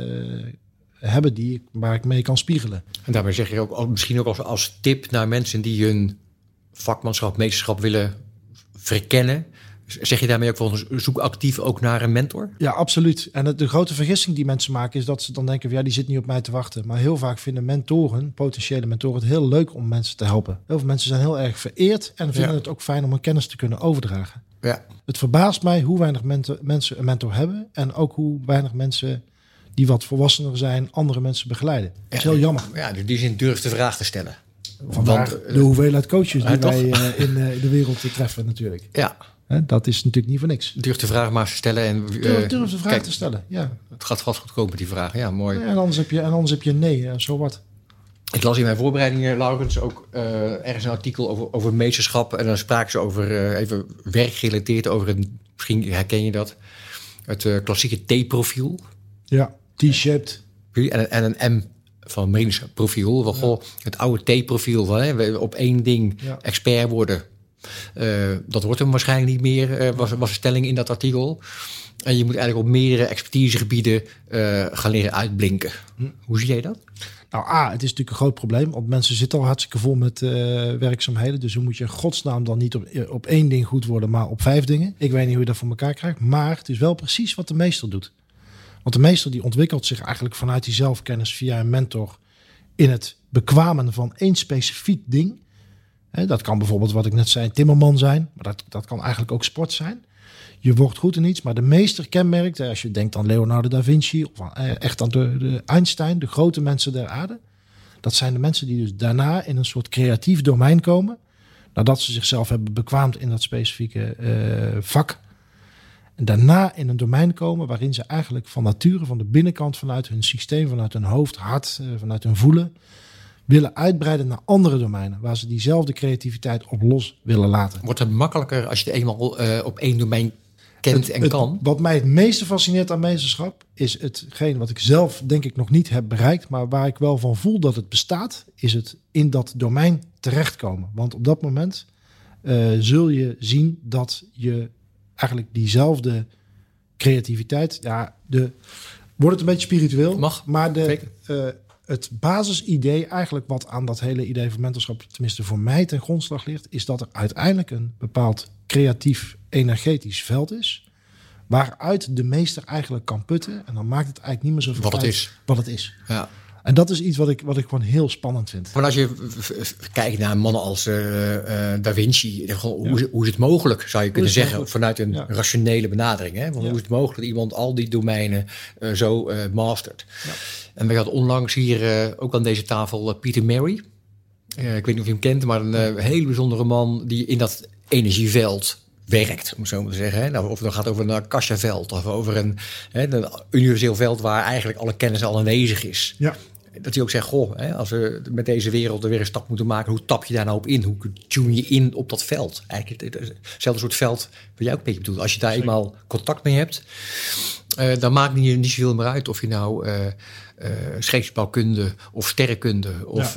hebben waar ik mee kan spiegelen. En daarbij zeg je ook misschien ook als tip naar mensen die hun vakmanschap, meesterschap willen verkennen. Zeg je daarmee ook volgens zoek actief ook naar een mentor? Ja, absoluut. En de grote vergissing die mensen maken is dat ze dan denken van ja, die zit niet op mij te wachten. Maar heel vaak vinden mentoren, potentiële mentoren, het heel leuk om mensen te helpen. Heel veel mensen zijn heel erg vereerd en vinden het ook fijn om hun kennis te kunnen overdragen. Ja. Het verbaast mij hoe weinig mensen een mentor hebben en ook hoe weinig mensen die wat volwassener zijn andere mensen begeleiden. Dat is heel jammer. Ja, dus die zin durft de vraag te stellen. Vandaar de hoeveelheid coaches die wij in de wereld treffen natuurlijk. Ja. Dat is natuurlijk niet voor niks. Durf de vraag maar te stellen. En durf de vraag te stellen, ja. Het gaat vast goed komen met die vraag. Ja, mooi. Ja, en anders heb je nee, zo wat. Ik las in mijn voorbereidingen, Laurens, ook ergens een artikel over meesterschap. En dan spraken ze over, even werkgerelateerd, over misschien herken je dat, het klassieke T-profiel. Ja, T-shaped. En een M van Marines profiel. Van, goh, het oude T-profiel, van op één ding expert worden. Dat wordt hem waarschijnlijk niet meer, was een stelling in dat artikel. En je moet eigenlijk op meerdere expertisegebieden gaan leren uitblinken. Hoe zie jij dat? Nou, het is natuurlijk een groot probleem. Want mensen zitten al hartstikke vol met werkzaamheden. Dus hoe moet je in godsnaam dan niet op 1 ding goed worden, maar op 5 dingen? Ik weet niet hoe je dat voor elkaar krijgt. Maar het is wel precies wat de meester doet. Want de meester die ontwikkelt zich eigenlijk vanuit die zelfkennis via een mentor in het bekwamen van 1 specifiek ding. Dat kan bijvoorbeeld, wat ik net zei, timmerman zijn. Maar dat kan eigenlijk ook sport zijn. Je wordt goed in iets, maar de meester kenmerkt, als je denkt aan Leonardo da Vinci of echt aan de Einstein, de grote mensen der aarde. Dat zijn de mensen die dus daarna in een soort creatief domein komen. Nadat ze zichzelf hebben bekwaamd in dat specifieke vak. En daarna in een domein komen waarin ze eigenlijk van nature, van de binnenkant, vanuit hun systeem, vanuit hun hoofd, hart, vanuit hun voelen, willen uitbreiden naar andere domeinen, waar ze diezelfde creativiteit op los willen laten. Wordt het makkelijker als je het eenmaal op één domein kent en kan? Wat mij het meeste fascineert aan meesterschap is hetgeen wat ik zelf denk ik nog niet heb bereikt, maar waar ik wel van voel dat het bestaat, is het in dat domein terechtkomen. Want op dat moment zul je zien dat je eigenlijk diezelfde creativiteit, wordt het een beetje spiritueel, Mag, maar het basisidee eigenlijk wat aan dat hele idee van mentorschap, tenminste voor mij ten grondslag ligt, is dat er uiteindelijk een bepaald creatief energetisch veld is, waaruit de meester eigenlijk kan putten. En dan maakt het eigenlijk niet meer zoveel wat het is. Ja. En dat is iets wat ik gewoon heel spannend vind. Maar als je kijkt naar mannen als Da Vinci, hoe is het mogelijk, zou je kunnen zeggen, vanuit een rationele benadering. Hè? Want hoe is het mogelijk dat iemand al die domeinen zo mastert? Ja. En we hadden onlangs hier ook aan deze tafel Peter Mary. Ik weet niet of je hem kent, maar een hele bijzondere man die in dat energieveld werkt, om zo maar te zeggen. Hè? Nou, of het dan gaat over een Akasha-veld of over een universeel veld waar eigenlijk alle kennis al aanwezig is. Ja. Dat hij ook zegt, als we met deze wereld er weer een stap moeten maken, hoe tap je daar nou op in? Hoe tune je in op dat veld? Eigenlijk hetzelfde soort veld wat jij ook een beetje bedoelt. Als je daar eenmaal contact mee hebt, dan maakt het niet zoveel meer uit of je nou scheepsbouwkunde of sterrenkunde of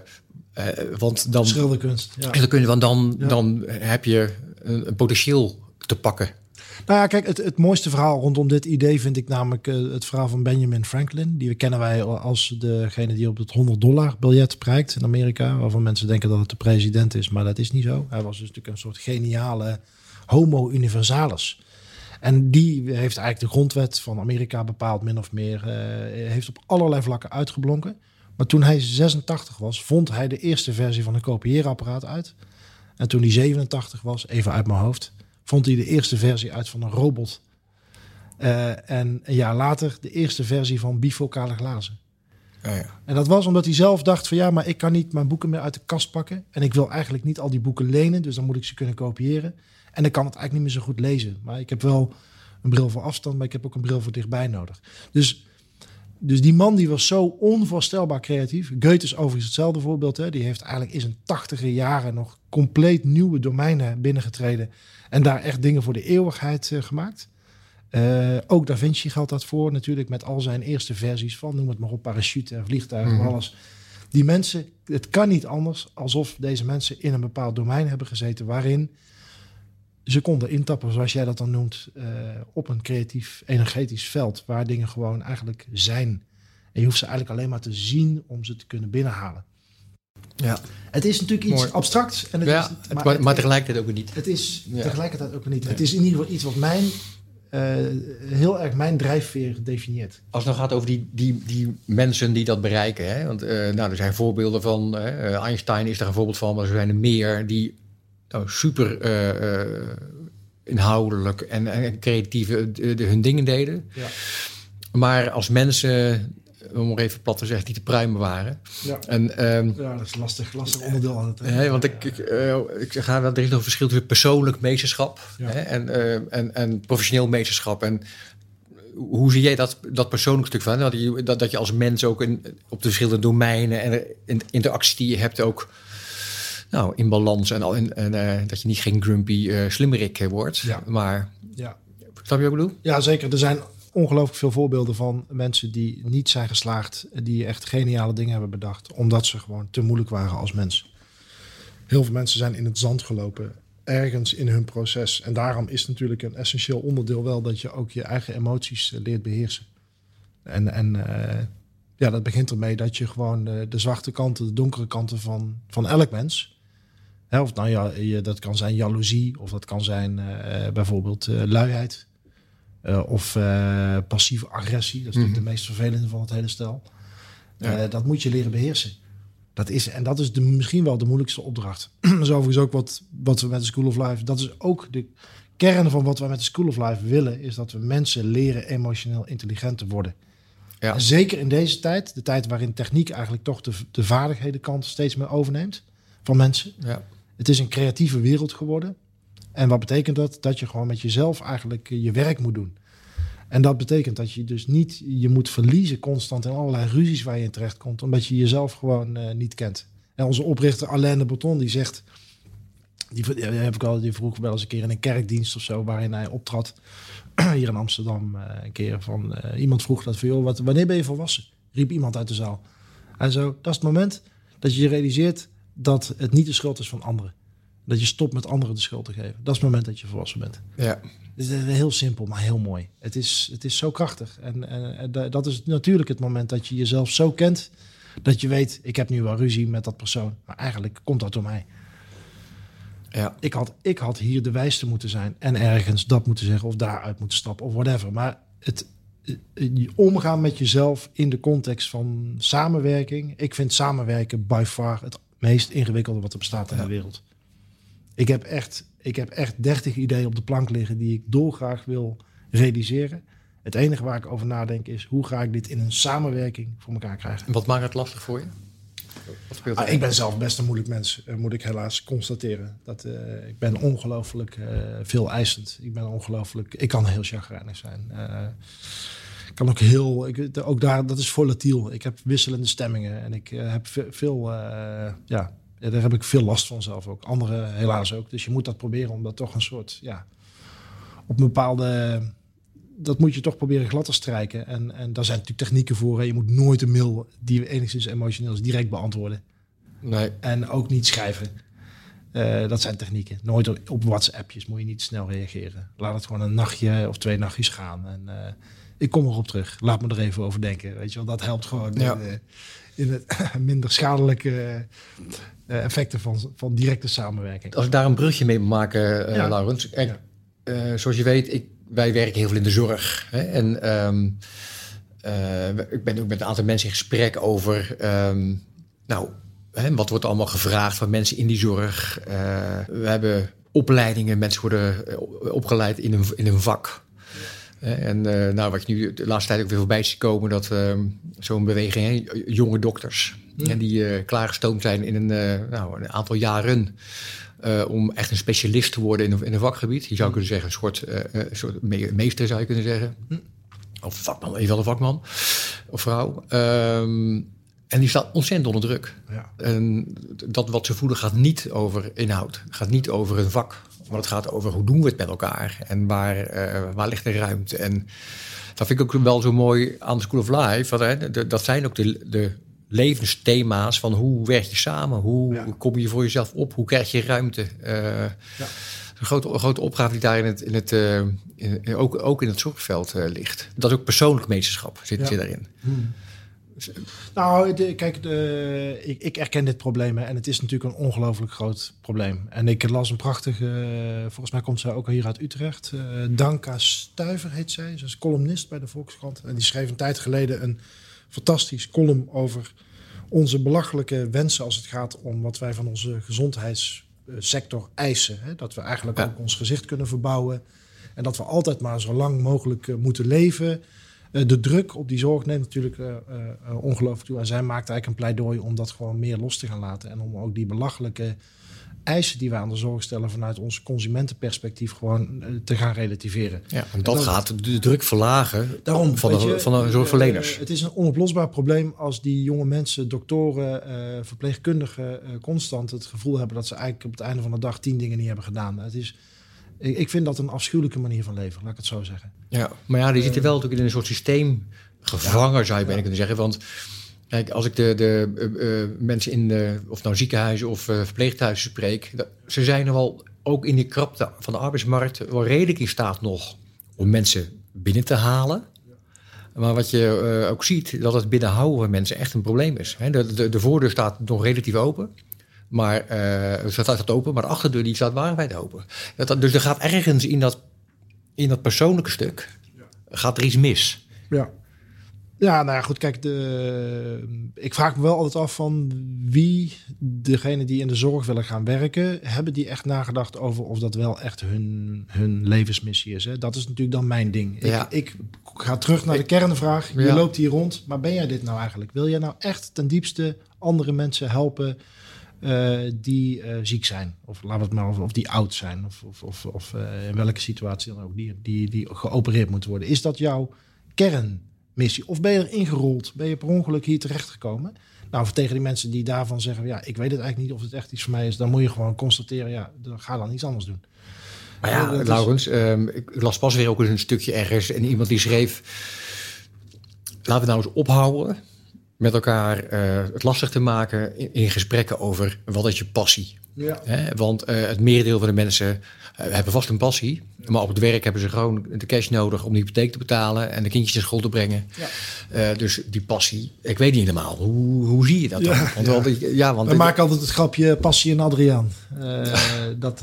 want dan schilderkunst. Want dan heb je een potentieel te pakken. Nou ja, kijk, het mooiste verhaal rondom dit idee vind ik namelijk het verhaal van Benjamin Franklin. Die kennen wij als degene die op het $100 biljet prijkt in Amerika. Waarvan mensen denken dat het de president is, maar dat is niet zo. Hij was dus natuurlijk een soort geniale homo universalis. En die heeft eigenlijk de grondwet van Amerika bepaald, min of meer. Heeft op allerlei vlakken uitgeblonken. Maar toen hij 86 was, vond hij de eerste versie van een kopieerapparaat uit. En toen hij 87 was, even uit mijn hoofd, vond hij de eerste versie uit van een robot. En een jaar later de eerste versie van bifocale glazen. Ja. En dat was omdat hij zelf dacht van maar ik kan niet mijn boeken meer uit de kast pakken. En ik wil eigenlijk niet al die boeken lenen, dus dan moet ik ze kunnen kopiëren. En ik kan het eigenlijk niet meer zo goed lezen. Maar ik heb wel een bril voor afstand, maar ik heb ook een bril voor dichtbij nodig. Dus die man die was zo onvoorstelbaar creatief. Goethe is overigens hetzelfde voorbeeld. Hè. Die heeft eigenlijk in zijn 80er jaren nog compleet nieuwe domeinen binnengetreden. En daar echt dingen voor de eeuwigheid gemaakt. Ook Da Vinci geldt dat voor natuurlijk met al zijn eerste versies van, noem het maar op, parachute en vliegtuigen en alles. Die mensen, het kan niet anders alsof deze mensen in een bepaald domein hebben gezeten waarin ze konden intappen, zoals jij dat dan noemt, op een creatief, energetisch veld waar dingen gewoon eigenlijk zijn. En je hoeft ze eigenlijk alleen maar te zien om ze te kunnen binnenhalen. Ja. Het is natuurlijk iets abstracts. En maar tegelijkertijd ook niet. Het is tegelijkertijd ook niet. Ja. Het is in ieder geval iets wat heel erg mijn drijfveer definieert. Als het nou gaat over die mensen die dat bereiken. Hè? Want er zijn voorbeelden van. Einstein is daar een voorbeeld van. Maar er zijn er meer die super inhoudelijk en creatief hun dingen deden. Ja. Maar als mensen, om maar even plat te zeggen, die te pruimen waren. Ja, dat is lastig onderdeel aan het. Want ik ga er is nog een verschil tussen persoonlijk meesterschap en professioneel meesterschap. En hoe zie jij dat persoonlijk stuk van? Dat je als mens ook op de verschillende domeinen en interacties die je hebt ook in balans en dat je niet geen grumpy slimmerik wordt. Ja. Maar snap je wat ik bedoel? Ja, zeker. Er zijn ongelooflijk veel voorbeelden van mensen die niet zijn geslaagd, die echt geniale dingen hebben bedacht, omdat ze gewoon te moeilijk waren als mens. Heel veel mensen zijn in het zand gelopen, ergens in hun proces. En daarom is natuurlijk een essentieel onderdeel wel dat je ook je eigen emoties leert beheersen. En dat begint ermee dat je gewoon de zwarte kanten, de donkere kanten van elk mens. Of dat kan zijn jaloezie, of dat kan zijn bijvoorbeeld luiheid. Of passieve agressie. Dat is natuurlijk de meest vervelende van het hele stel. Ja. Dat moet je leren beheersen. Dat is misschien wel de moeilijkste opdracht. Dat is overigens ook wat we met de School of Life. Dat is ook de kern van wat we met de School of Life willen. Is dat we mensen leren emotioneel intelligent te worden. Ja. En zeker in deze tijd. De tijd waarin techniek eigenlijk toch de vaardighedenkant steeds meer overneemt. Van mensen. Ja. Het is een creatieve wereld geworden. En wat betekent dat? Dat je gewoon met jezelf eigenlijk je werk moet doen. En dat betekent dat je dus niet je moet verliezen constant in allerlei ruzies waar je in terecht komt, omdat je jezelf gewoon niet kent. En onze oprichter Alain de Botton die zegt, die vroeg wel eens een keer in een kerkdienst of zo waarin hij optrad hier in Amsterdam een keer van iemand vroeg dat van joh, wanneer ben je volwassen? Riep iemand uit de zaal. En zo, dat is het moment dat je je realiseert dat het niet de schuld is van anderen. Dat je stopt met anderen de schuld te geven. Dat is het moment dat je volwassen bent. Ja. Het is heel simpel, maar heel mooi. Het is zo krachtig. En dat is natuurlijk het moment dat je jezelf zo kent, dat je weet, ik heb nu wel ruzie met dat persoon. Maar eigenlijk komt dat door mij. Ja. Ik had hier de wijste moeten zijn en ergens dat moeten zeggen of daaruit moeten stappen of whatever. Maar het omgaan met jezelf in de context van samenwerking. Ik vind samenwerken by far het meest ingewikkelde wat er bestaat in de wereld. Ik heb echt 30 ideeën op de plank liggen die ik dolgraag wil realiseren. Het enige waar ik over nadenk is, hoe ga ik dit in een samenwerking voor elkaar krijgen? En wat maakt het lastig voor je? Wat speelt er? Ik ben zelf best een moeilijk mens, moet ik helaas constateren. Ik ben ongelooflijk veel eisend. Ik kan heel chagrijnig zijn. Kan ook ook daar, dat is volatiel. Ik heb wisselende stemmingen en ik heb veel, daar heb ik veel last van zelf ook. Anderen helaas ook. Dus je moet dat proberen om dat toch een soort, op een bepaalde, dat moet je toch proberen glad te strijken. En daar zijn natuurlijk technieken voor. Hè. Je moet nooit een mail die enigszins emotioneel is direct beantwoorden. Nee. En ook niet schrijven. Dat zijn technieken. Nooit op WhatsAppjes moet je niet snel reageren. Laat het gewoon een nachtje of 2 nachtjes gaan. En ik kom erop terug. Laat me er even over denken. Weet je wel, dat helpt gewoon in het minder schadelijke effecten van directe samenwerking. Als ik daar een brugje mee moet maken, Laurens. Zoals je weet, wij werken heel veel in de zorg. Hè? En ik ben ook met een aantal mensen in gesprek over wat wordt allemaal gevraagd van mensen in die zorg. We hebben opleidingen, mensen worden opgeleid in een vak. En wat je nu de laatste tijd ook weer voorbij ziet komen, dat zo'n beweging, jonge dokters, die klaargestoomd zijn in een aantal jaren om echt een specialist te worden in een vakgebied. Je zou kunnen zeggen, een soort meester zou je kunnen zeggen. Of vakman, in ieder geval een vakman of vrouw. En die staat ontzettend onder druk. Ja. En dat wat ze voelen gaat niet over inhoud, gaat niet over een vak. Maar het gaat over hoe doen we het met elkaar en waar ligt de ruimte. En dat vind ik ook wel zo mooi aan de School of Life. Dat zijn ook de levensthema's van hoe werk je samen? Hoe kom je voor jezelf op? Hoe krijg je ruimte? Een grote opgave die daar ook in het zorgveld ligt. Dat is ook persoonlijk meesterschap zit daarin. Nou, kijk, ik erken dit probleem en het is natuurlijk een ongelooflijk groot probleem. En ik las een prachtige, volgens mij komt ze ook hier uit Utrecht. Danka Stuyver heet zij. Ze is columnist bij de Volkskrant. En die schreef een tijd geleden een fantastisch column over onze belachelijke wensen als het gaat om wat wij van onze gezondheidssector eisen. Hè? Dat we eigenlijk ook ons gezicht kunnen verbouwen. En dat we altijd maar zo lang mogelijk moeten leven. De druk op die zorg neemt natuurlijk ongelooflijk toe. En zij maakt eigenlijk een pleidooi om dat gewoon meer los te gaan laten. En om ook die belachelijke eisen die we aan de zorg stellen vanuit ons consumentenperspectief gewoon te gaan relativeren. Ja, en dat gaat de druk verlagen van de zorgverleners. Het is een onoplosbaar probleem als die jonge mensen, doktoren, verpleegkundigen constant het gevoel hebben dat ze eigenlijk op het einde van de dag 10 dingen niet hebben gedaan. Ik vind dat een afschuwelijke manier van leven, laat ik het zo zeggen. Ja, maar die zitten wel natuurlijk in een soort systeem gevangen, zou je bijna kunnen zeggen. Want kijk, als ik de mensen in of nou ziekenhuizen of verpleeghuizen spreek, ze zijn er wel ook in die krapte van de arbeidsmarkt wel redelijk in staat nog om mensen binnen te halen. Maar wat je ook ziet, dat het binnenhouden van mensen echt een probleem is. De voordeur staat nog relatief open. Maar het staat open, maar de achterdeur die staat wagenwijd open. Dus er gaat ergens in dat persoonlijke stuk gaat er iets mis. Ja, nou ja, goed, kijk, ik vraag me wel altijd af van wie degene die in de zorg willen gaan werken, hebben die echt nagedacht over of dat wel echt hun levensmissie is. Hè? Dat is natuurlijk dan mijn ding. Ik ga terug naar de kernvraag. Je loopt hier rond, maar ben jij dit nou eigenlijk? Wil jij nou echt ten diepste andere mensen helpen die ziek zijn. Of laten we het maar of die oud zijn. Of in welke situatie dan ook. Die geopereerd moeten worden. Is dat jouw kernmissie? Of ben je er ingerold? Ben je per ongeluk hier terechtgekomen? Nou, tegen die mensen die daarvan zeggen... ja, ik weet het eigenlijk niet of het echt iets voor mij is... dan moet je gewoon constateren... ja, dan ga dan iets anders doen. Maar ja, Laurens, ik las pas weer ook eens een stukje ergens... en iemand die schreef... laten we nou eens ophouden... met elkaar het lastig te maken... in gesprekken over wat is je passie. Ja. Want het merendeel van de mensen... hebben vast een passie... maar op het werk hebben ze gewoon de cash nodig... om de hypotheek te betalen... en de kindjes naar school te brengen. Ja. Dus die passie... ik weet niet helemaal. Hoe zie je dat dan? Want we maken altijd het grapje passie en Adriaan. Dat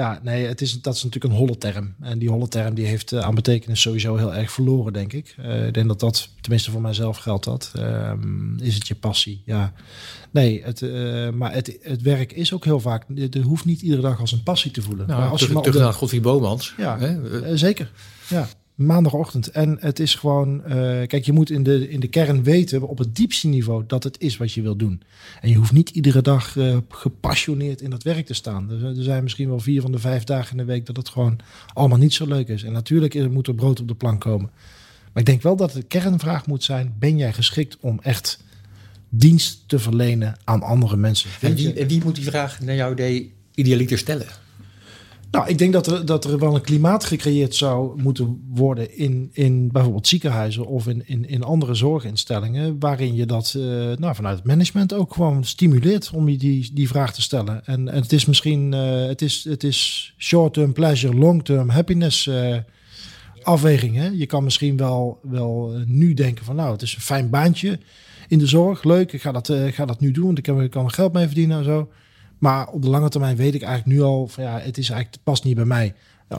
is natuurlijk een holle term. En die holle term die heeft aan betekenis sowieso heel erg verloren, denk ik. Ik denk dat tenminste voor mijzelf geldt dat. Is het je passie? Ja. Nee, maar het werk is ook heel vaak... Er hoeft niet iedere dag als een passie te voelen. Nou, maar als terug naar Godfried Bomans. Ja, zeker. Ja, maandagochtend. En het is gewoon... kijk, je moet in de kern weten op het diepste niveau... dat het is wat je wil doen. En je hoeft niet iedere dag gepassioneerd in dat werk te staan. Er zijn misschien wel 4 van de 5 dagen in de week... dat het gewoon allemaal niet zo leuk is. En natuurlijk moet er brood op de plank komen. Maar ik denk wel dat de kernvraag moet zijn... ben jij geschikt om echt... dienst te verlenen aan andere mensen. En wie moet die vraag naar jouw idee idealiter stellen? Nou, ik denk dat er wel een klimaat gecreëerd zou moeten worden in bijvoorbeeld ziekenhuizen of in andere zorginstellingen, waarin je dat vanuit het management ook gewoon stimuleert om je die vraag te stellen. En het is misschien het is short-term pleasure, long-term happiness afweging. Hè? Je kan misschien wel nu denken van het is een fijn baantje in de zorg, leuk, ik ga dat nu doen, want ik kan er geld mee verdienen en zo. Maar op de lange termijn weet ik eigenlijk nu al van het past niet bij mij.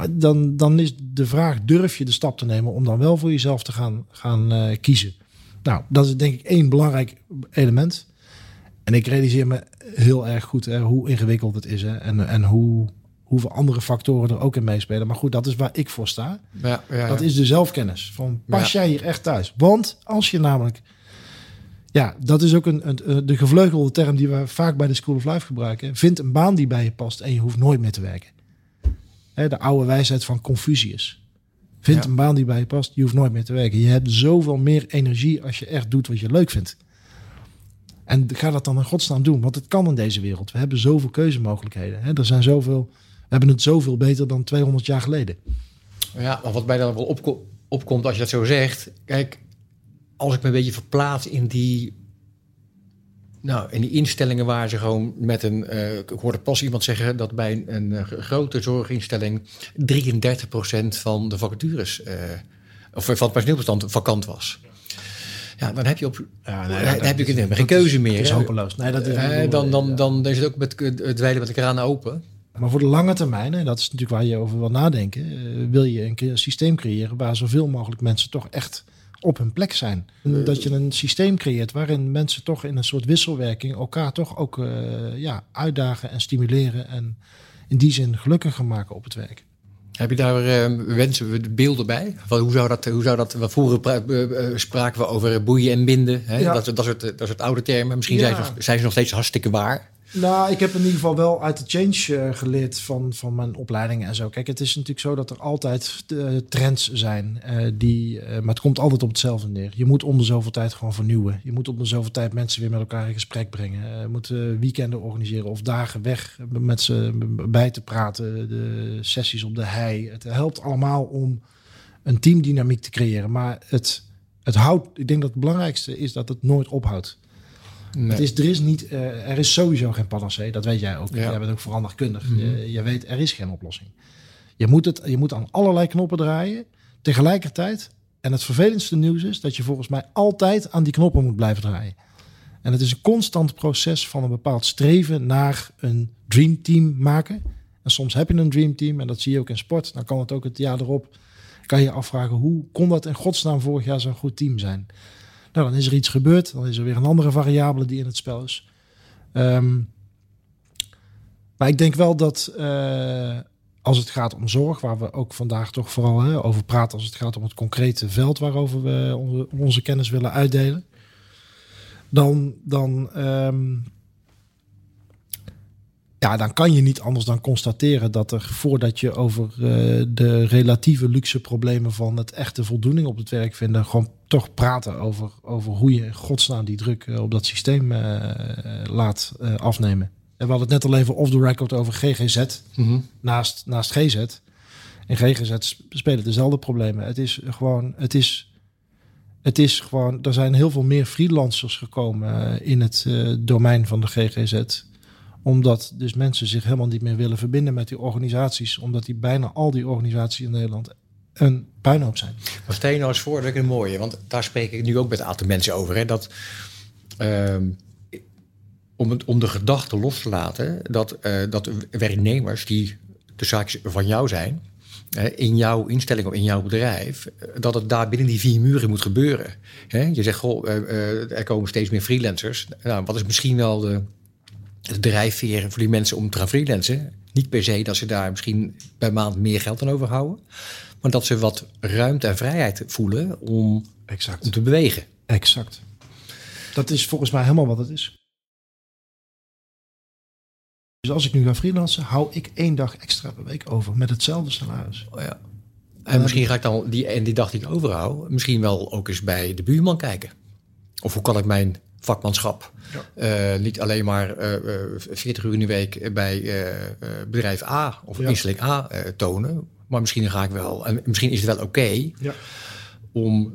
Dan is de vraag, durf je de stap te nemen om dan wel voor jezelf te gaan kiezen? Nou, dat is denk ik 1 belangrijk element. En ik realiseer me heel erg goed hoe ingewikkeld het is. En hoeveel andere factoren er ook in meespelen. Maar goed, dat is waar ik voor sta. Ja. Dat is de zelfkennis. Van pas jij hier echt thuis? Want als je namelijk... Ja, dat is ook de gevleugelde term die we vaak bij de School of Life gebruiken. Vind een baan die bij je past en je hoeft nooit meer te werken. De oude wijsheid van Confucius. Vind een baan die bij je past, je hoeft nooit meer te werken. Je hebt zoveel meer energie als je echt doet wat je leuk vindt. En ga dat dan in godsnaam doen, want het kan in deze wereld. We hebben zoveel keuzemogelijkheden. Er zijn we hebben het zoveel beter dan 200 jaar geleden. Ja, maar wat mij dan wel opkomt als je dat zo zegt... Kijk, als ik me een beetje verplaats in die instellingen waar ze gewoon met ik hoorde pas iemand zeggen dat bij een grote zorginstelling 33% van de vacatures of van het personeelbestand vakant was. Ja, dan heb je geen keuze meer. Dat is hopeloos. Nee, dat is dan is het ook met het dweilen met de kraan open. Maar voor de lange termijn, en dat is natuurlijk waar je over wil nadenken, wil je een systeem creëren waar zoveel mogelijk mensen toch echt op hun plek zijn. Dat je een systeem creëert waarin mensen toch in een soort wisselwerking elkaar toch ook uitdagen en stimuleren en in die zin gelukkiger maken op het werk. Heb je daar beelden bij? Hoe zou dat? Vroeger spraken we over boeien en binden. Hè? Ja. Dat is het oude termen. Misschien zijn ze nog steeds hartstikke waar. Nou, ik heb in ieder geval wel uit de change geleerd van mijn opleidingen en zo. Kijk, het is natuurlijk zo dat er altijd trends zijn. Maar het komt altijd op hetzelfde neer. Je moet om de zoveel tijd gewoon vernieuwen. Je moet om de zoveel tijd mensen weer met elkaar in gesprek brengen. Je moet weekenden organiseren of dagen weg met ze bij te praten. De sessies op de hei. Het helpt allemaal om een teamdynamiek te creëren. Maar het houdt, ik denk dat het belangrijkste is dat het nooit ophoudt. Nee. Er is sowieso geen panacee, dat weet jij ook. Ja. Jij bent ook veranderkundig. Mm-hmm. Je weet, er is geen oplossing. Je moet aan allerlei knoppen draaien tegelijkertijd. En het vervelendste nieuws is dat je volgens mij altijd aan die knoppen moet blijven draaien. En het is een constant proces van een bepaald streven naar een dreamteam maken. En soms heb je een dreamteam en dat zie je ook in sport. Dan kan het ook het jaar erop. Kan je afvragen, hoe kon dat in godsnaam vorig jaar zo'n goed team zijn? Nou, dan is er iets gebeurd. Dan is er weer een andere variabele die in het spel is. Maar ik denk wel dat als het gaat om zorg, waar we ook vandaag toch vooral over praten, als het gaat om het concrete veld waarover we onze kennis willen uitdelen, dan Ja, dan kan je niet anders dan constateren dat er voordat je over de relatieve luxe problemen van het echte voldoening op het werk vinden, gewoon toch praten over hoe je in godsnaam die druk op dat systeem laat afnemen. En we hadden het net al even off the record over GGZ naast GZ. In GGZ spelen dezelfde problemen. Het is gewoon, er zijn heel veel meer freelancers gekomen in het domein van de GGZ. Omdat dus mensen zich helemaal niet meer willen verbinden met die organisaties. Omdat bijna al die organisaties in Nederland een puinhoop zijn. Maar stel je nou eens voor, dat is een mooie. Want daar spreek ik nu ook met een aantal mensen over. Hè, dat om de gedachte los te laten dat werknemers die de zaakjes van jou zijn, in jouw instelling of in jouw bedrijf, dat het daar binnen die 4 muren moet gebeuren. Je zegt, er komen steeds meer freelancers. Nou, wat is misschien wel de drijfveer voor die mensen om te gaan freelancen? Niet per se dat ze daar misschien per maand meer geld aan overhouden, maar dat ze wat ruimte en vrijheid voelen om te bewegen. Exact. Dat is volgens mij helemaal wat het is. Dus als ik nu ga freelancen, hou ik 1 dag extra per week over met hetzelfde salaris. Oh ja. En misschien ga ik dan die dag die ik overhoud, misschien wel ook eens bij de buurman kijken. Of hoe kan ik mijn vakmanschap niet alleen maar 40 uur in de week bij bedrijf A of instelling A tonen, maar misschien ga ik wel, en misschien is het wel oké om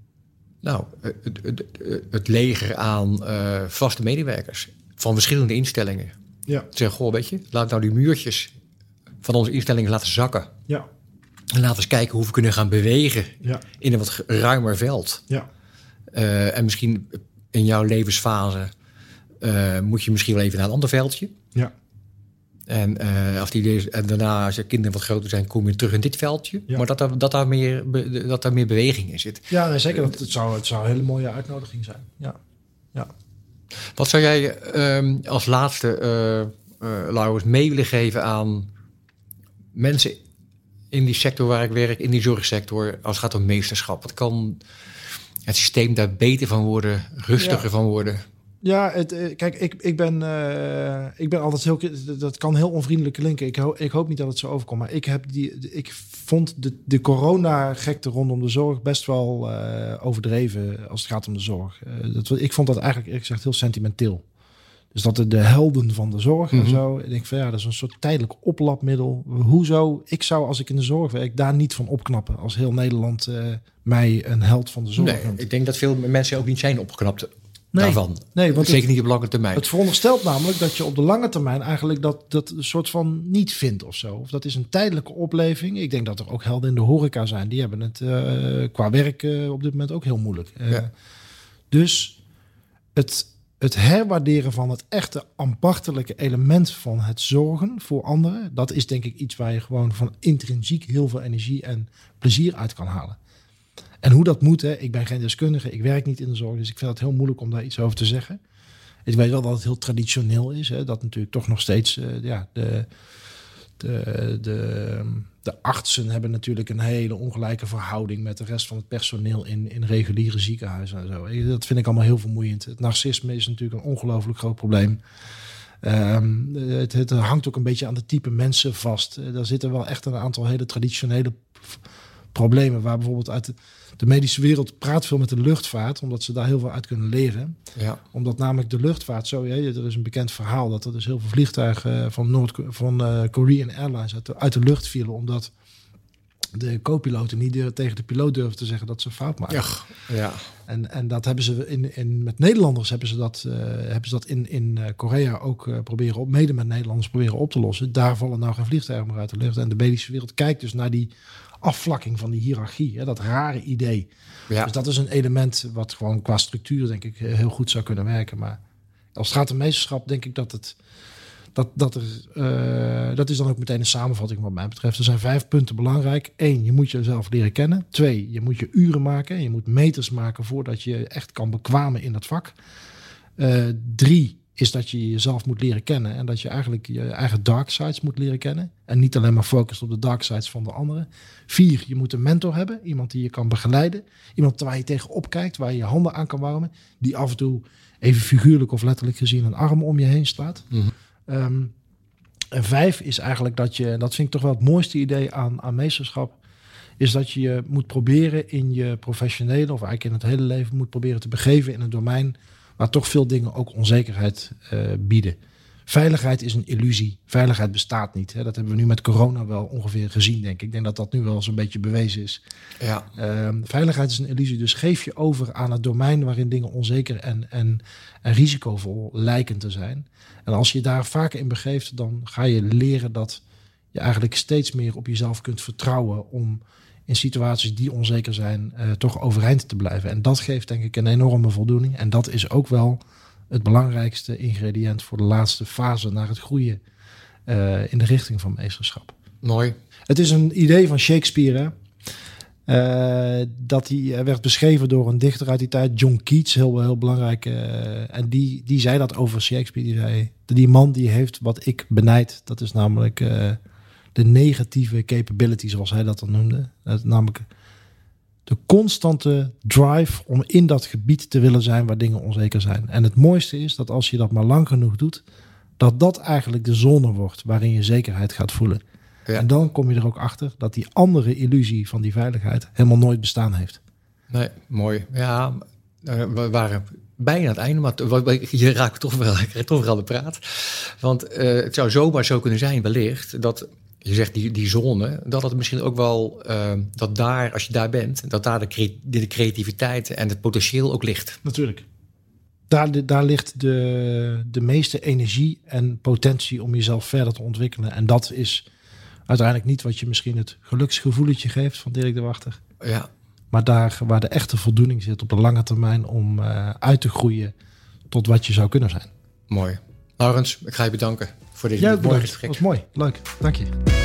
het leger aan vaste medewerkers van verschillende instellingen. Ja. Zeggen, weet je, laat nou die muurtjes van onze instellingen laten zakken. Ja. En laten we eens kijken hoe we kunnen gaan bewegen in een wat ruimer veld. Ja. En misschien in jouw levensfase moet je misschien wel even naar een ander veldje. Ja. En daarna, als je kinderen wat groter zijn, kom je terug in dit veldje. Ja. Maar dat daar meer beweging in zit. Ja, nee, zeker. Het zou een hele mooie uitnodiging zijn. Ja. Ja. Wat zou jij als laatste, Laurens, mee willen geven aan mensen in die sector waar ik werk, in die zorgsector, als het gaat om meesterschap? Wat kan het systeem daar beter van worden, rustiger van worden? Ja, kijk, ik ben altijd heel, dat kan heel onvriendelijk klinken. Ik hoop niet dat het zo overkomt, maar ik vond de corona-gekte rondom de zorg best wel overdreven als het gaat om de zorg. Ik vond dat eigenlijk eerlijk gezegd heel sentimenteel. Dus dat de helden van de zorg en zo. Ik denk van dat is een soort tijdelijk oplapmiddel. Hoezo? Ik zou, als ik in de zorg werk, daar niet van opknappen. Als heel Nederland mij een held van de zorg noemt. Ik denk dat veel mensen ook niet zijn opgeknapt. Daarvan. Nee, want zeker niet op lange termijn. Het veronderstelt namelijk dat je op de lange termijn eigenlijk dat een soort van niet vindt of zo. Of dat is een tijdelijke opleving. Ik denk dat er ook helden in de horeca zijn. Die hebben het qua werk op dit moment ook heel moeilijk. Dus het herwaarderen van het echte ambachtelijke element van het zorgen voor anderen, dat is denk ik iets waar je gewoon van intrinsiek heel veel energie en plezier uit kan halen. En hoe dat moet, ik ben geen deskundige, ik werk niet in de zorg, dus ik vind het heel moeilijk om daar iets over te zeggen. Ik weet wel dat het heel traditioneel is, dat natuurlijk toch nog steeds de artsen hebben natuurlijk een hele ongelijke verhouding met de rest van het personeel in reguliere ziekenhuizen en zo. Dat vind ik allemaal heel vermoeiend. Het narcisme is natuurlijk een ongelooflijk groot probleem. Het hangt ook een beetje aan de type mensen vast. Daar zitten wel echt een aantal hele traditionele problemen waar bijvoorbeeld uit de medische wereld praat veel met de luchtvaart, omdat ze daar heel veel uit kunnen leren. Ja. Omdat namelijk de luchtvaart zo, er is een bekend verhaal dat er dus heel veel vliegtuigen van Korean Airlines uit de lucht vielen, omdat de co-piloten niet tegen de piloot durven te zeggen dat ze een fout maken. Ja. En dat hebben ze met Nederlanders hebben ze dat in Korea ook mede met Nederlanders proberen op te lossen. Daar vallen nou geen vliegtuigen meer uit de lucht. En de medische wereld kijkt dus naar die afvlakking van die hiërarchie. Dat rare idee. Ja. Dus dat is een element wat gewoon qua structuur denk ik heel goed zou kunnen werken. Maar als het gaat om meesterschap denk ik dat is dan ook meteen een samenvatting wat mij betreft. Er zijn 5 punten belangrijk. 1, je moet jezelf leren kennen. 2, je moet je uren maken. Je moet meters maken voordat je echt kan bekwamen in dat vak. 3 is dat je jezelf moet leren kennen. En dat je eigenlijk je eigen dark sides moet leren kennen. En niet alleen maar focust op de dark sides van de anderen. 4, je moet een mentor hebben. Iemand die je kan begeleiden. Iemand waar je tegenop kijkt. Waar je je handen aan kan warmen. Die af en toe even figuurlijk of letterlijk gezien een arm om je heen slaat. Mm-hmm. En 5 is eigenlijk dat vind ik toch wel het mooiste idee aan meesterschap, is dat je moet proberen in je professionele, of eigenlijk in het hele leven, moet proberen te begeven in een domein waar toch veel dingen ook onzekerheid bieden. Veiligheid is een illusie. Veiligheid bestaat niet. Hè. Dat hebben we nu met corona wel ongeveer gezien, denk ik. Ik denk dat dat nu wel zo'n beetje bewezen is. Ja. Veiligheid is een illusie. Dus geef je over aan het domein waarin dingen onzeker en risicovol lijken te zijn. En als je daar vaker in begeeft, dan ga je leren dat je eigenlijk steeds meer op jezelf kunt vertrouwen om in situaties die onzeker zijn toch overeind te blijven. En dat geeft denk ik een enorme voldoening. En dat is ook wel het belangrijkste ingrediënt voor de laatste fase naar het groeien in de richting van meesterschap. Mooi. Het is een idee van Shakespeare. Dat die werd beschreven door een dichter uit die tijd, John Keats, heel belangrijk. En die zei dat over Shakespeare. Die zei, die man die heeft wat ik benijd. Dat is namelijk de negatieve capability, zoals hij dat dan noemde. Namelijk de constante drive om in dat gebied te willen zijn waar dingen onzeker zijn. En het mooiste is dat als je dat maar lang genoeg doet, dat eigenlijk de zone wordt waarin je zekerheid gaat voelen. Ja. En dan kom je er ook achter dat die andere illusie van die veiligheid helemaal nooit bestaan heeft. Nee, mooi. Ja, we waren bijna aan het einde, maar je raakt toch wel aan de praat. Want het zou zomaar zo kunnen zijn, wellicht, dat je zegt die zone, dat het misschien ook wel, dat daar, als je daar bent, dat daar de creativiteit en het potentieel ook ligt. Natuurlijk. Daar ligt de meeste energie en potentie om jezelf verder te ontwikkelen. En dat is uiteindelijk niet wat je misschien het geluksgevoeletje geeft van Dirk de Wachter. Ja. Maar daar waar de echte voldoening zit op de lange termijn om uit te groeien tot wat je zou kunnen zijn. Mooi. Laurens, ik ga je bedanken voor dit mooie gesprek. Dat was mooi. Leuk. Dank je.